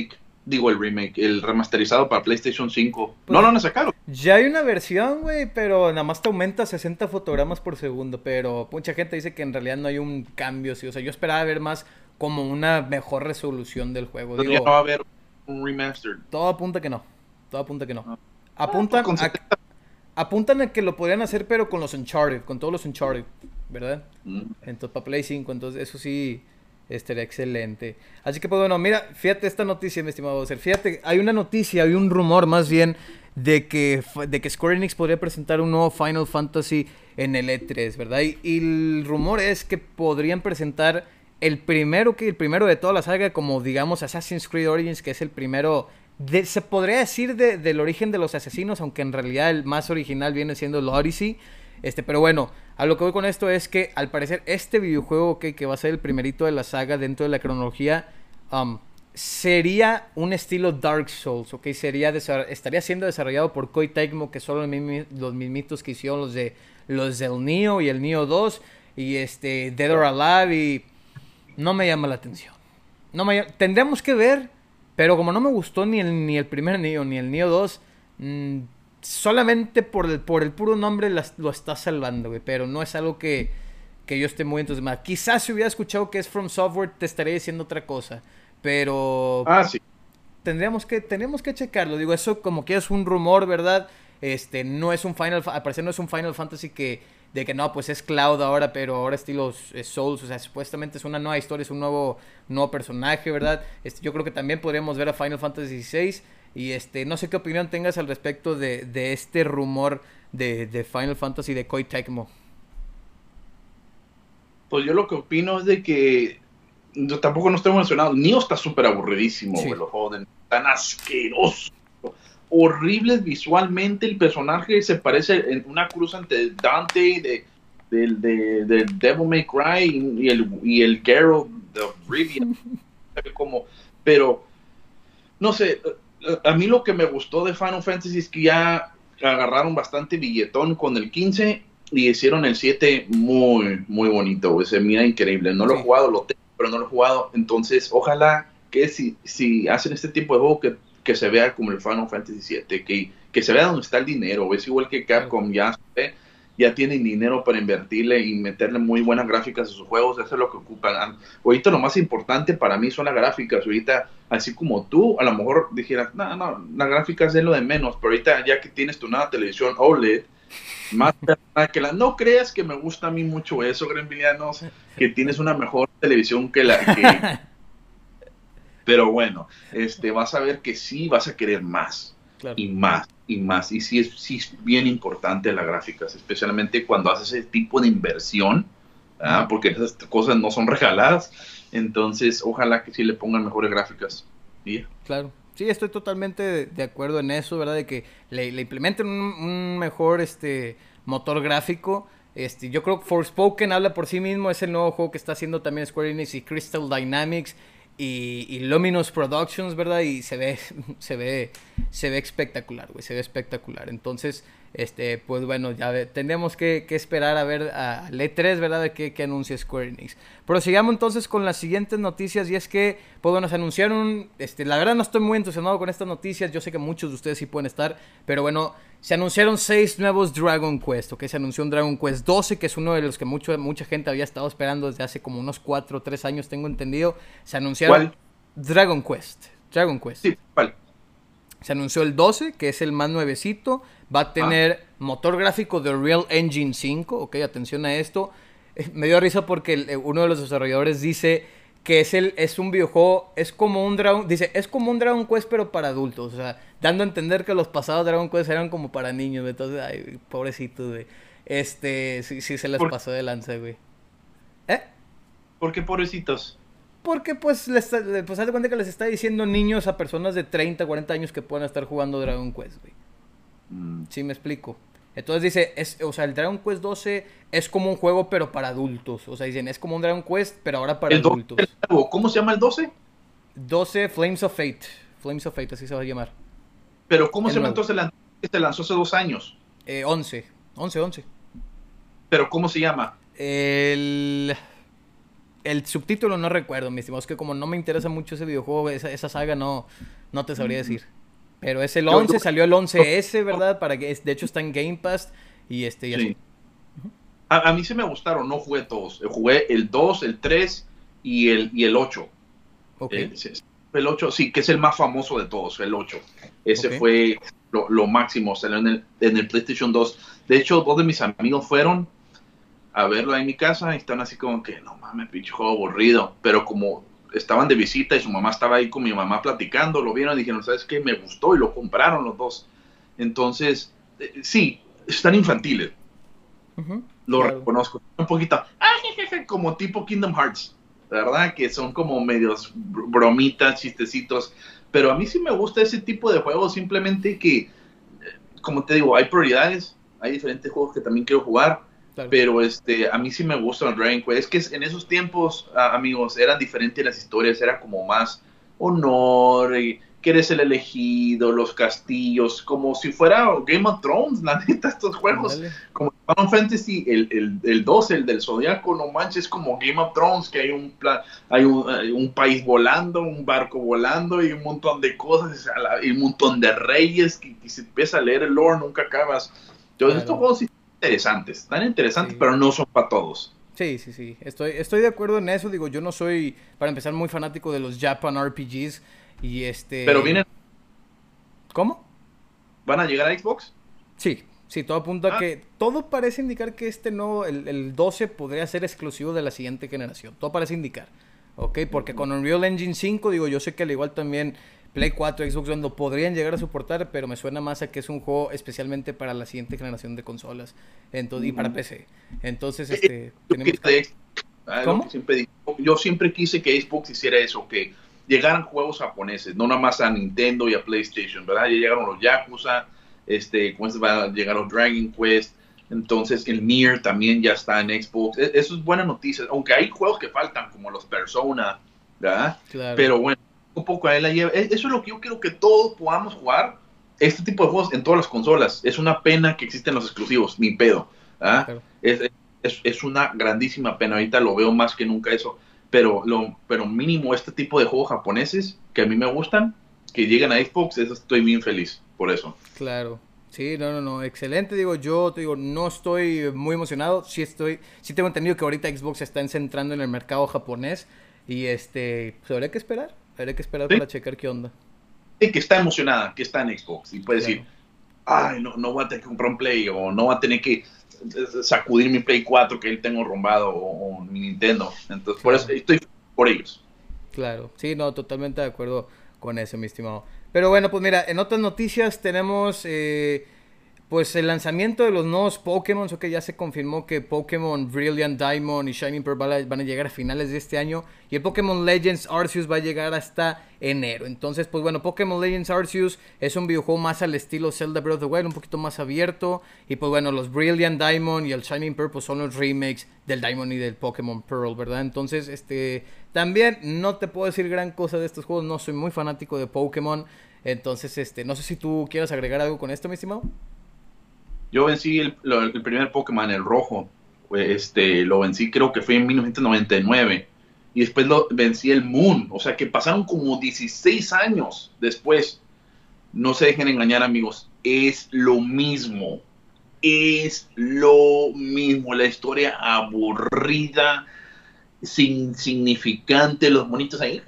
Digo, el remake, el remasterizado para PlayStation 5. Pues No lo han sacado. ya hay una versión, güey, pero nada más te aumenta 60 fotogramas por segundo. Pero mucha gente dice que en realidad no hay un cambio, sí. O sea, yo esperaba ver más como una mejor resolución del juego. Pero ya no Digo, va a haber un remastered. todo apunta que no. Todo apunta que no. Ah, pues Apuntan con a, 70. apuntan a que lo podrían hacer, pero con los Uncharted, con todos los Uncharted, ¿verdad? Mm. Entonces, para Play 5, entonces eso sí estaría excelente. Así que, pues bueno, mira, fíjate esta noticia, mi estimado Bowser. Fíjate, hay una noticia, hay un rumor más bien de que Square Enix podría presentar un nuevo Final Fantasy en el E3, ¿verdad? Y el rumor es que podrían presentar el primero de toda la saga, como digamos Assassin's Creed Origins, que es el primero, se podría decir del origen de los asesinos, aunque en realidad el más original viene siendo el Odyssey. Pero bueno, a lo que voy con esto es que al parecer este videojuego, que va a ser el primerito de la saga dentro de la cronología, sería un estilo Dark Souls, ¿ok? Estaría siendo desarrollado por Koei Tecmo, que son los mismitos que hicieron los del Nioh y el Nioh 2, y Dead or Alive, y no me llama la atención. Tendríamos que ver, pero como no me gustó ni el primer Nioh ni el Nioh 2, solamente por el puro nombre lo está salvando, güey. Pero no es algo que yo esté muy entusiasmado. Quizás si hubiera escuchado que es From Software, te estaría diciendo otra cosa. Pero Ah, sí. tendríamos que checarlo. Digo, eso como que es un rumor, ¿verdad? No es un al parecer no es un Final Fantasy de que no, pues es Cloud ahora, pero ahora estilo Souls. O sea, supuestamente es una nueva historia, es un nuevo personaje, ¿verdad? Yo creo que también podríamos ver a Final Fantasy XVI. Y no sé qué opinión tengas al respecto de este rumor de Final Fantasy de Koei Tecmo. Pues yo lo que opino es de que yo tampoco no estoy emocionado. Nioh está súper aburridísimo, Sí. güey, lo joden. Tan asqueroso. Horribles visualmente. El personaje se parece en una cruz ante Dante del Devil May Cry y el Geralt de Rivia. Como, pero, no sé, a mí lo que me gustó de Final Fantasy es que ya agarraron bastante billetón con el 15 y hicieron el 7 muy, muy bonito, güey. Se mira increíble. No lo he Sí. jugado, lo tengo, pero no lo he jugado. Entonces, ojalá que si hacen este tipo de juego, que se vea como el Final Fantasy 7, que se vea donde está el dinero. Es igual que Capcom, ya tienen dinero para invertirle y meterle muy buenas gráficas a sus juegos. Eso es lo que ocupan. Ahorita lo más importante para mí son las gráficas. Ahorita, así como tú, a lo mejor dijeras, no, las gráficas es lo de menos, pero ahorita ya que tienes tu nueva televisión OLED, más que no creas que me gusta a mí mucho eso, Grembilianos, que tienes una mejor televisión que pero bueno, vas a ver que sí vas a querer más, Claro. y más, y más. Y sí es bien importante las gráficas, especialmente cuando haces ese tipo de inversión, porque esas cosas no son regaladas. Entonces, ojalá que sí le pongan mejores gráficas. ¿Sí? Claro. Sí, estoy totalmente de acuerdo en eso, ¿verdad? De que le implementen un mejor motor gráfico. Yo creo que Forspoken habla por sí mismo, es el nuevo juego que está haciendo también Square Enix y Crystal Dynamics y Luminous Productions, ¿verdad? Y se ve espectacular, güey, se ve espectacular. Entonces, pues bueno, tendremos que esperar a ver al E3, ¿verdad? De qué anuncia Square Enix. Prosigamos entonces con las siguientes noticias, y es que, pues bueno, se anunciaron, la verdad no estoy muy entusiasmado con estas noticias, yo sé que muchos de ustedes sí pueden estar, pero bueno, se anunciaron 6 nuevos Dragon Quest, ¿ok? Se anunció un Dragon Quest 12, que es uno de los que mucha gente había estado esperando desde hace como unos 4 o 3 años, tengo entendido. Se anunciaron ¿Cuál? Dragon Quest. Sí, ¿cuál? Se anunció el 12, que es el más nuevecito. Va a tener motor gráfico de Real Engine 5. Ok, atención a esto. Me dio risa porque uno de los desarrolladores dice que es un videojuego, es como un Dragon Quest pero para adultos. O sea, dando a entender que los pasados Dragon Quest eran como para niños. Entonces, ay, pobrecitos, güey. Sí se les pasó de lanza, güey. ¿Por qué pobrecitos? Porque pues haz de cuenta que les está diciendo niños a personas de 30, 40 años que puedan estar jugando Dragon Quest, güey. Sí, me explico. Entonces dice, o sea, el Dragon Quest 12 es como un juego pero para adultos. O sea, dicen, es como un Dragon Quest pero ahora para adultos. ¿Cómo se llama el 12? 12 Flames of Fate. Flames of Fate, así se va a llamar. Pero ¿cómo se llama entonces este lanzó hace 2 años? 11. Pero ¿cómo se llama? el subtítulo no recuerdo, mi estimado. Es que como no me interesa mucho ese videojuego, esa saga no te sabría decir. Pero es el 11, salió el 11S, ¿verdad? De hecho está en Game Pass y sí. A mí se me gustaron, no jugué todos. Jugué el 2, el 3 y el 8. Okay. El 8, sí, que es el más famoso de todos, el 8. Ese fue lo máximo, salió en el PlayStation 2. De hecho, dos de mis amigos fueron a verlo en mi casa y están así como que, no mames, pinche juego aburrido. Pero como estaban de visita y su mamá estaba ahí con mi mamá platicando, lo vieron y dijeron, ¿sabes qué? Me gustó y lo compraron los dos. Entonces, sí, están infantiles. Lo reconozco. Un poquito, como tipo Kingdom Hearts, ¿verdad? Que son como medios bromitas, chistecitos. Pero a mí sí me gusta ese tipo de juegos, simplemente que, como te digo, hay prioridades, hay diferentes juegos que también quiero jugar. Claro. Pero a mí sí me gusta el Dragon Quest. Es que en esos tiempos, amigos, eran diferentes las historias, era como más honor, que eres el elegido, los castillos, como si fuera Game of Thrones, la neta, estos juegos. Dale. Como Final Fantasy, el 12, el del Zodiaco, no manches, como Game of Thrones, que hay un país volando, un barco volando y un montón de cosas, y un montón de reyes, que si empiezas a leer el lore nunca acabas. Entonces, estos juegos sí interesantes, tan interesantes, sí, pero no son para todos. Sí. Estoy de acuerdo en eso. Digo, yo no soy, para empezar, muy fanático de los Japan RPGs. Y Pero vienen. ¿Cómo? ¿Van a llegar a Xbox? Sí, todo apunta a que. Todo parece indicar que el 12 podría ser exclusivo de la siguiente generación. Todo parece indicar. ¿Ok? Porque con Unreal Engine 5, digo, yo sé que al igual también Play 4, Xbox One lo podrían llegar a soportar, pero me suena más a que es un juego especialmente para la siguiente generación de consolas. Entonces, y para PC. Entonces, tenemos que... ¿Cómo? Yo siempre quise que Xbox hiciera eso, que llegaran juegos japoneses, no nada más a Nintendo y a PlayStation, ¿verdad? Ya llegaron los Yakuza, va a llegar los Dragon Quest, entonces el Nier también ya está en Xbox. Eso es buena noticia, aunque hay juegos que faltan, como los Persona, ¿verdad? Claro. Pero bueno, un poco a él la lleva. Eso es lo que yo quiero que todos podamos jugar, este tipo de juegos en todas las consolas. Es una pena que existen los exclusivos, ni pedo, ¿verdad? Claro. Es una grandísima pena, ahorita lo veo más que nunca eso. Pero mínimo este tipo de juegos japoneses que a mí me gustan, que llegan a Xbox, eso estoy bien feliz por eso. Claro. Sí, no, excelente. Yo te digo, no estoy muy emocionado. Sí tengo entendido que ahorita Xbox se está centrando en el mercado japonés y pues habría que esperar ¿Sí? Para checar qué onda. Sí, que está emocionada, que está en Xbox y puede decir, ay, no voy a tener que comprar un Play o no voy a tener que sacudir mi Play 4 que él tengo rombado o mi Nintendo. Entonces, por eso estoy por ellos. Claro, sí, no, totalmente de acuerdo con eso, mi estimado. Pero bueno, pues mira, en otras noticias tenemos pues el lanzamiento de los nuevos Pokémon. Que ya se confirmó que Pokémon Brilliant Diamond y Shining Pearl van a llegar a finales de este año. Y el Pokémon Legends Arceus va a llegar hasta enero. Entonces, pues bueno, Pokémon Legends Arceus es un videojuego más al estilo Zelda Breath of the Wild, un poquito más abierto. Y pues bueno, los Brilliant Diamond y el Shining Pearl pues son los remakes del Diamond y del Pokémon Pearl, ¿verdad? Entonces, también no te puedo decir gran cosa de estos juegos. No soy muy fanático de Pokémon. Entonces, no sé si tú quieras agregar algo con esto, mi estimado. Yo vencí el primer Pokémon, el rojo. Lo vencí, creo que fue en 1999. Y después lo vencí el Moon. O sea que pasaron como 16 años después. No se dejen engañar, amigos. Es lo mismo. Es lo mismo. La historia aburrida, insignificante, los monitos ahí.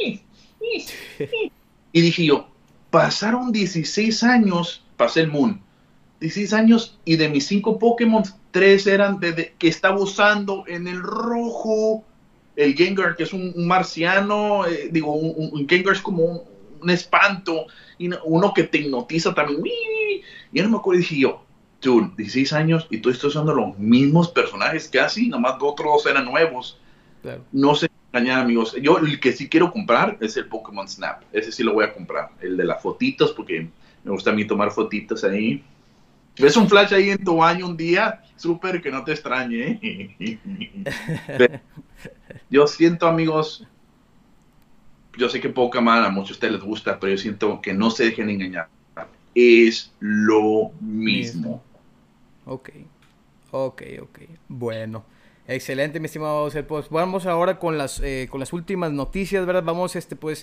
Y dije yo, pasaron 16 años, pasé el Moon. 16 años y de mis 5 Pokémon, 3 eran que estaba usando en el rojo. El Gengar, que es un marciano, un Gengar es como un espanto, y uno que te hipnotiza también. Y yo no me acuerdo, dije yo, dude, 16 años y tú estás usando los mismos personajes casi, nomás otros eran nuevos. Claro. No sé engañar, amigos. Yo el que sí quiero comprar es el Pokémon Snap. Ese sí lo voy a comprar. El de las fotitos, porque me gusta a mí tomar fotitos ahí. ¿Ves un flash ahí en tu baño un día? Súper que no te extrañe, ¿eh? Yo siento, amigos, yo sé que Pokémon a muchos de ustedes les gusta, pero yo siento que no se dejen engañar. Es lo mismo. Ok. Bueno. Excelente, mi estimado Bowser. Pues vamos ahora con las últimas noticias, ¿verdad? Vamos,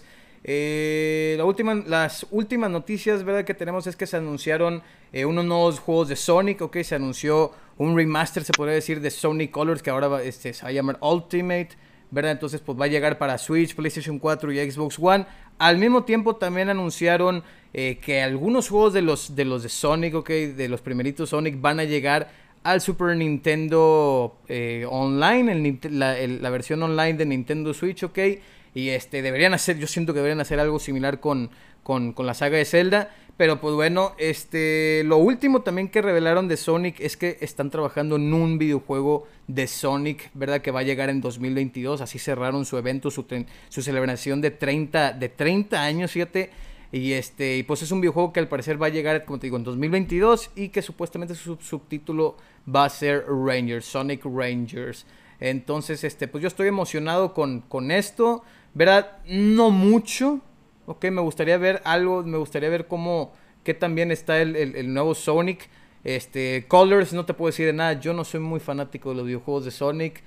las últimas noticias, ¿verdad? Que tenemos es que se anunciaron unos nuevos juegos de Sonic, ¿ok? Se anunció un remaster, se podría decir, de Sonic Colors, que ahora se va a llamar Ultimate, ¿verdad? Entonces, pues va a llegar para Switch, PlayStation 4 y Xbox One. Al mismo tiempo, también anunciaron que algunos juegos de Sonic, ¿ok? De los primeritos Sonic van a llegar al Super Nintendo Online, la versión online de Nintendo Switch, ¿ok? Y deberían hacer, yo siento que deberían hacer algo similar con la saga de Zelda. Pero pues bueno, lo último también que revelaron de Sonic es que están trabajando en un videojuego de Sonic, ¿verdad? Que va a llegar en 2022. Así cerraron su evento, su celebración de 30 años, fíjate. Y pues es un videojuego que al parecer va a llegar, como te digo, en 2022 y que supuestamente su subtítulo va a ser Rangers, Sonic Rangers. Entonces, pues yo estoy emocionado con esto, ¿verdad? No mucho, ok, me gustaría ver algo, me gustaría ver qué también está el nuevo Sonic. Colors, no te puedo decir de nada, yo no soy muy fanático de los videojuegos de Sonic.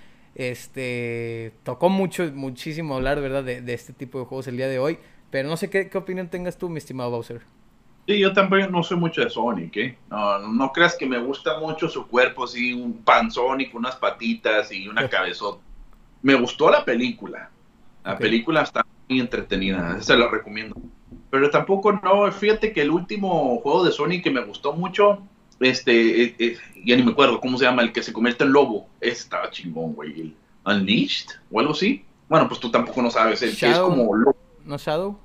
Tocó muchísimo hablar, ¿verdad? De este tipo de juegos el día de hoy. Pero no sé qué opinión tengas tú, mi estimado Bowser. Sí, yo también no soy mucho de Sonic, ¿eh? No creas que me gusta mucho su cuerpo, así, un panzón y con unas patitas y una cabezota. Me gustó la película. La película está muy entretenida, se la recomiendo. Pero tampoco, no, fíjate que el último juego de Sonic que me gustó mucho, ya ni me acuerdo cómo se llama, el que se convierte en lobo. Estaba chingón, güey. El Unleashed o algo así. Bueno, pues tú tampoco no sabes, el que es como lobo. ¿No Shadow?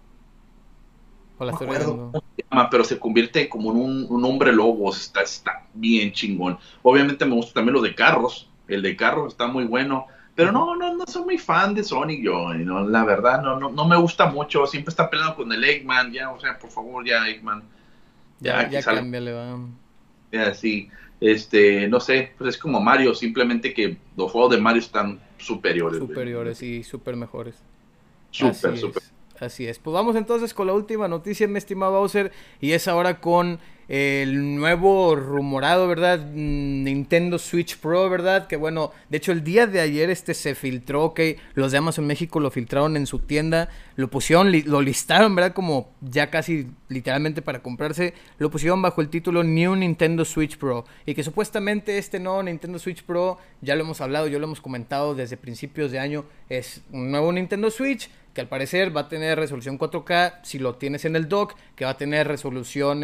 ¿O la estoy viendo? Pero se convierte como en un hombre lobo. Está bien chingón. Obviamente me gusta también lo de carros. El de carros está muy bueno. Pero no soy muy fan de Sonic yo. ¿No? La verdad, no me gusta mucho. Siempre está peleando con el Eggman. Ya, o sea, por favor, ya, Eggman. Ya cámbiale, va. Ya, sí. No sé, pues es como Mario. Simplemente que los juegos de Mario están superiores. Superiores y súper mejores. Súper. Así es. Pues vamos entonces con la última noticia, mi estimado Bowser. Y es ahora con el nuevo rumorado, ¿verdad? Nintendo Switch Pro, ¿verdad? Que bueno, de hecho el día de ayer se filtró, ok. Los de Amazon México lo filtraron en su tienda. Lo pusieron, lo listaron, ¿verdad? Como ya casi literalmente para comprarse. Lo pusieron bajo el título New Nintendo Switch Pro. Y que supuestamente este nuevo Nintendo Switch Pro, ya lo hemos hablado, ya lo hemos comentado desde principios de año. Es un nuevo Nintendo Switch que al parecer va a tener resolución 4K si lo tienes en el dock, que va a tener resolución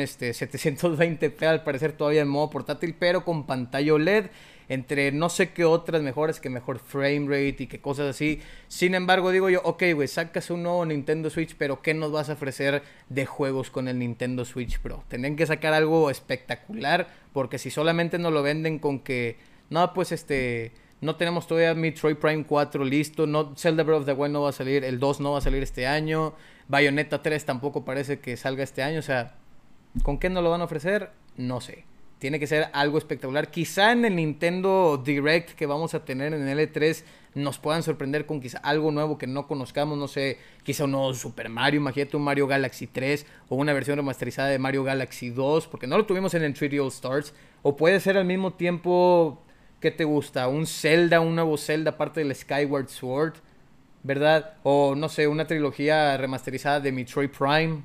720p al parecer todavía en modo portátil, pero con pantalla OLED, entre no sé qué otras mejoras, que mejor frame rate y que cosas así. Sin embargo, digo yo, ok, güey, sacas un nuevo Nintendo Switch, pero ¿qué nos vas a ofrecer de juegos con el Nintendo Switch Pro? Tendrían que sacar algo espectacular, porque si solamente nos lo venden con que, no, pues no tenemos todavía Metroid Prime 4 listo. Zelda Breath of the Wild no va a salir. El 2 no va a salir este año. Bayonetta 3 tampoco parece que salga este año. O sea, ¿con qué nos lo van a ofrecer? No sé. Tiene que ser algo espectacular. Quizá en el Nintendo Direct que vamos a tener en el L3 nos puedan sorprender con quizá algo nuevo que no conozcamos. No sé, quizá un nuevo Super Mario. Imagínate un Mario Galaxy 3 o una versión remasterizada de Mario Galaxy 2. Porque no lo tuvimos en el 3D All Stars. O puede ser al mismo tiempo... ¿Qué te gusta? Un Zelda, un nuevo Zelda aparte del Skyward Sword, ¿verdad? O no sé, una trilogía remasterizada de Metroid Prime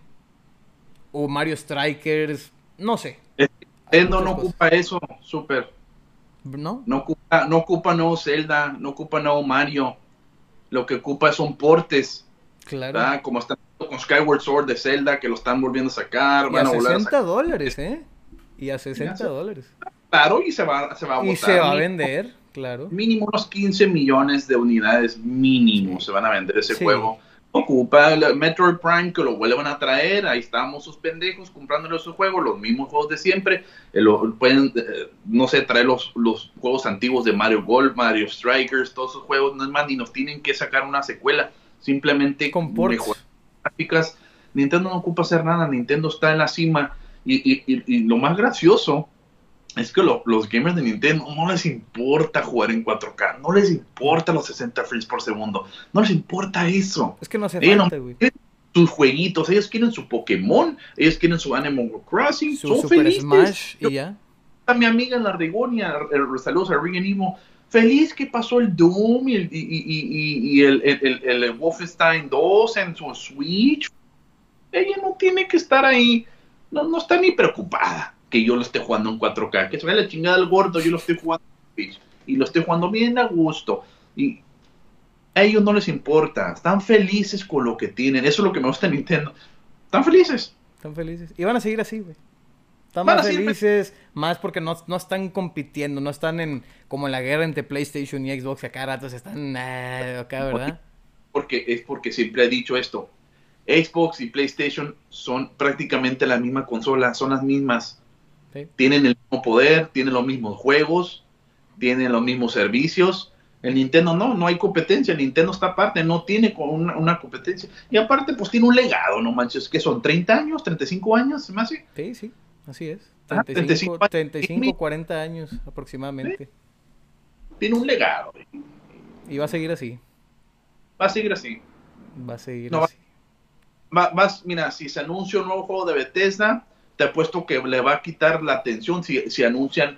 o Mario Strikers, no sé. Nintendo no ocupa eso, súper. ¿No? No ocupa nuevo Zelda, no ocupa nuevo Mario. Lo que ocupa son portes. Claro. ¿Verdad? Como están con Skyward Sword de Zelda, que lo están volviendo a sacar. Y van a $60, ¿eh? Y a $60. Claro, y se va a botar. Y se va a vender, claro. Mínimo unos 15 millones de unidades mínimo se van a vender ese juego. Ocupa el Metroid Prime, que lo vuelvan a traer. Ahí estamos sus pendejos comprándole esos juegos, los mismos juegos de siempre. Pueden, no sé, traer los juegos antiguos de Mario Golf, Mario Strikers, todos esos juegos. No es más, ni nos tienen que sacar una secuela. Simplemente con mejorar gráficas. Nintendo no ocupa hacer nada. Nintendo está en la cima. Y lo más gracioso es que los gamers de Nintendo no les importa jugar en 4K, no les importa los 60 frames por segundo, no les importa eso. Es que no hace falta, güey. Sus jueguitos, ellos quieren su Pokémon, ellos quieren su Animal Crossing, su son Super felices. Smash y ya. A mi amiga en la Rigonia, saludos a Rigonimo, feliz que pasó el Doom y el Wolfenstein 2 en su Switch. Ella no tiene que estar ahí, no está ni preocupada que yo lo esté jugando en 4K, que se vea la chingada del gordo, yo lo estoy jugando en Switch, y lo estoy jugando bien a gusto, y a ellos no les importa, están felices con lo que tienen, eso es lo que me gusta de Nintendo, están felices. Están felices, y van a seguir así, güey. Están Van más a seguir felices, más porque no están compitiendo, no están como en la guerra entre PlayStation y Xbox, que a cada rato se están acá, ¿verdad? porque siempre he dicho esto, Xbox y PlayStation son prácticamente la misma consola, son las mismas. Sí. Tienen el mismo poder, tienen los mismos juegos, tienen los mismos servicios. El Nintendo no hay competencia. El Nintendo está aparte, no tiene una competencia. Y aparte, pues tiene un legado, no manches, que son 30 años, 35 años, ¿se me hace? Sí, así es. 35 35, 40 años aproximadamente. ¿Sí? Tiene un legado. Y va a seguir así. Va a seguir así. Va a seguir No, así. Mira, si se anuncia un nuevo juego de Bethesda, te apuesto que le va a quitar la atención si anuncian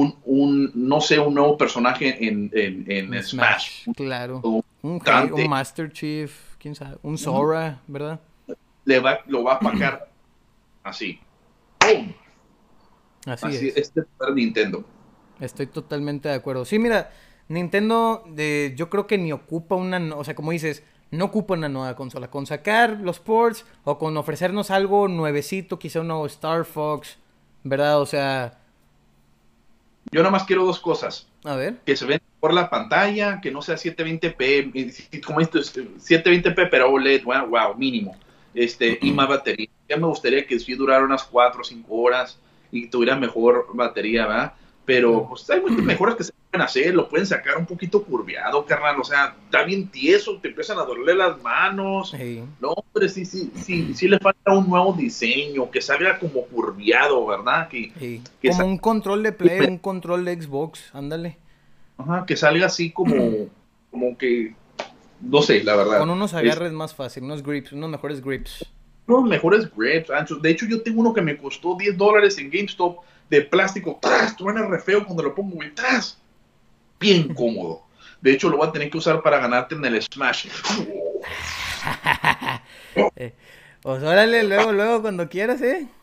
no sé, un nuevo personaje en Smash. Claro. Un Dante. Master Chief, quién sabe. Un Sora, ¿verdad? Lo va a apagar así. ¡Pum! Así es. Este es Nintendo. Estoy totalmente de acuerdo. Sí, mira, Nintendo, yo creo que ni ocupa o sea, como dices, no ocupa una nueva consola. Con sacar los ports o con ofrecernos algo nuevecito, quizá un nuevo Star Fox, ¿verdad? O sea... Yo nada más quiero dos cosas. A ver. Que se vea por la pantalla, que no sea 720p, como esto es 720p, pero OLED, wow, mínimo. Y más batería. Ya me gustaría que sí durara unas 4 o 5 horas y tuviera mejor batería, ¿verdad? Pero pues, hay muchas mejoras que se pueden hacer, lo pueden sacar un poquito curviado, carnal, o sea, está bien tieso, te empiezan a doler las manos. Sí. No, pero sí le falta un nuevo diseño, que salga como curviado, ¿verdad? Sí. Como un control de Play, un control de Xbox, ándale. Ajá, que salga así como que, no sé, la verdad. Con unos agarres más fácil, unos mejores grips. Los mejores grips, anchos. De hecho, yo tengo uno que me costó $10 en GameStop, de plástico, ¡tras! Suena re feo cuando lo pongo, güey, ¡tras! Bien cómodo. De hecho, lo voy a tener que usar para ganarte en el Smash. Pues órale, luego, cuando quieras,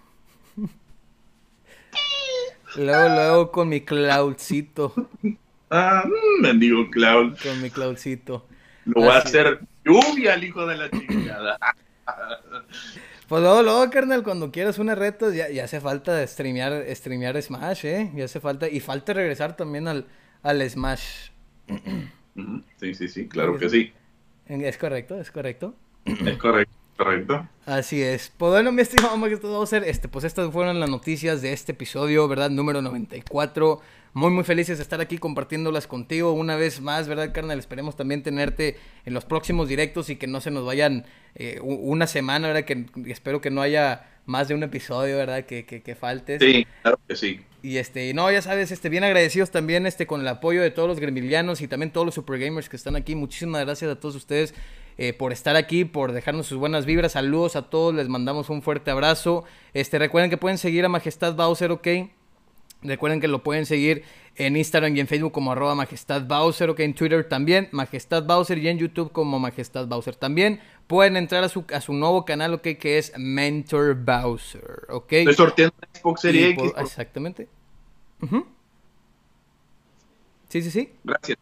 Luego con mi Cloudcito. Mendigo Cloud. Con mi Cloudcito. Lo voy a hacer lluvia al hijo de la chingada. Pues luego, carnal, cuando quieras una reto, ya hace falta de streamear Smash, Ya hace falta, y falta regresar también al Smash. Sí, claro que sí. Es correcto. Es correcto. Así es. Pues bueno, mi estimado Majestad Bowser, pues estas fueron las noticias de este episodio, ¿verdad? Número 94. Muy felices de estar aquí compartiéndolas contigo una vez más, ¿verdad, carnal? Esperemos también tenerte en los próximos directos y que no se nos vayan una semana, ¿verdad? Que espero que no haya más de un episodio, ¿verdad? Que faltes. Sí, claro que sí. Y no, ya sabes, bien agradecidos también con el apoyo de todos los gremilianos y también todos los super gamers que están aquí. Muchísimas gracias a todos ustedes por estar aquí, por dejarnos sus buenas vibras. Saludos a todos, les mandamos un fuerte abrazo. Recuerden que pueden seguir a Majestad Bowser, ¿ok? Recuerden que lo pueden seguir en Instagram y en Facebook como @Majestad Bowser, ok, en Twitter también, Majestad Bowser, y en YouTube como Majestad Bowser. También pueden entrar a su nuevo canal, ok, que es Mentor Bowser, ok. Estoy sorteando una Xbox Series X. Exactamente. Sí. Gracias.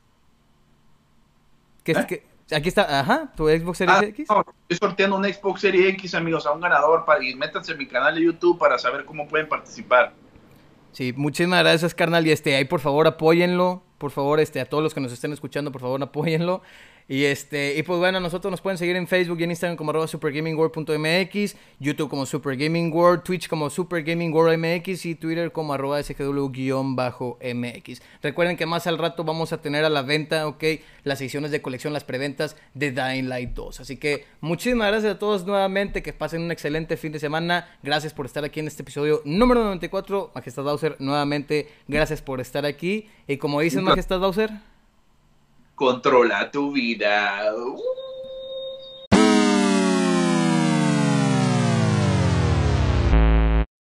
Aquí está, tu Xbox Series X. No, estoy sorteando una Xbox Series X, amigos, a un ganador, y métanse en mi canal de YouTube para saber cómo pueden participar. Sí, muchísimas gracias, carnal, y ahí por favor apóyenlo, por favor, a todos los que nos estén escuchando, por favor apóyenlo. Y pues bueno, nosotros nos pueden seguir en Facebook y en Instagram como @supergamingworld.mx, YouTube como Super Gaming World, Twitch como Super Gaming World MX y Twitter como @sgw_mx. Recuerden que más al rato vamos a tener a la venta, ok, las ediciones de colección, las preventas de Dying Light 2. Así que muchísimas gracias a todos nuevamente, que pasen un excelente fin de semana. Gracias por estar aquí en este episodio número 94. Majestad Bowser, nuevamente gracias por estar aquí. Y como dices, Majestad Bowser, controla tu vida.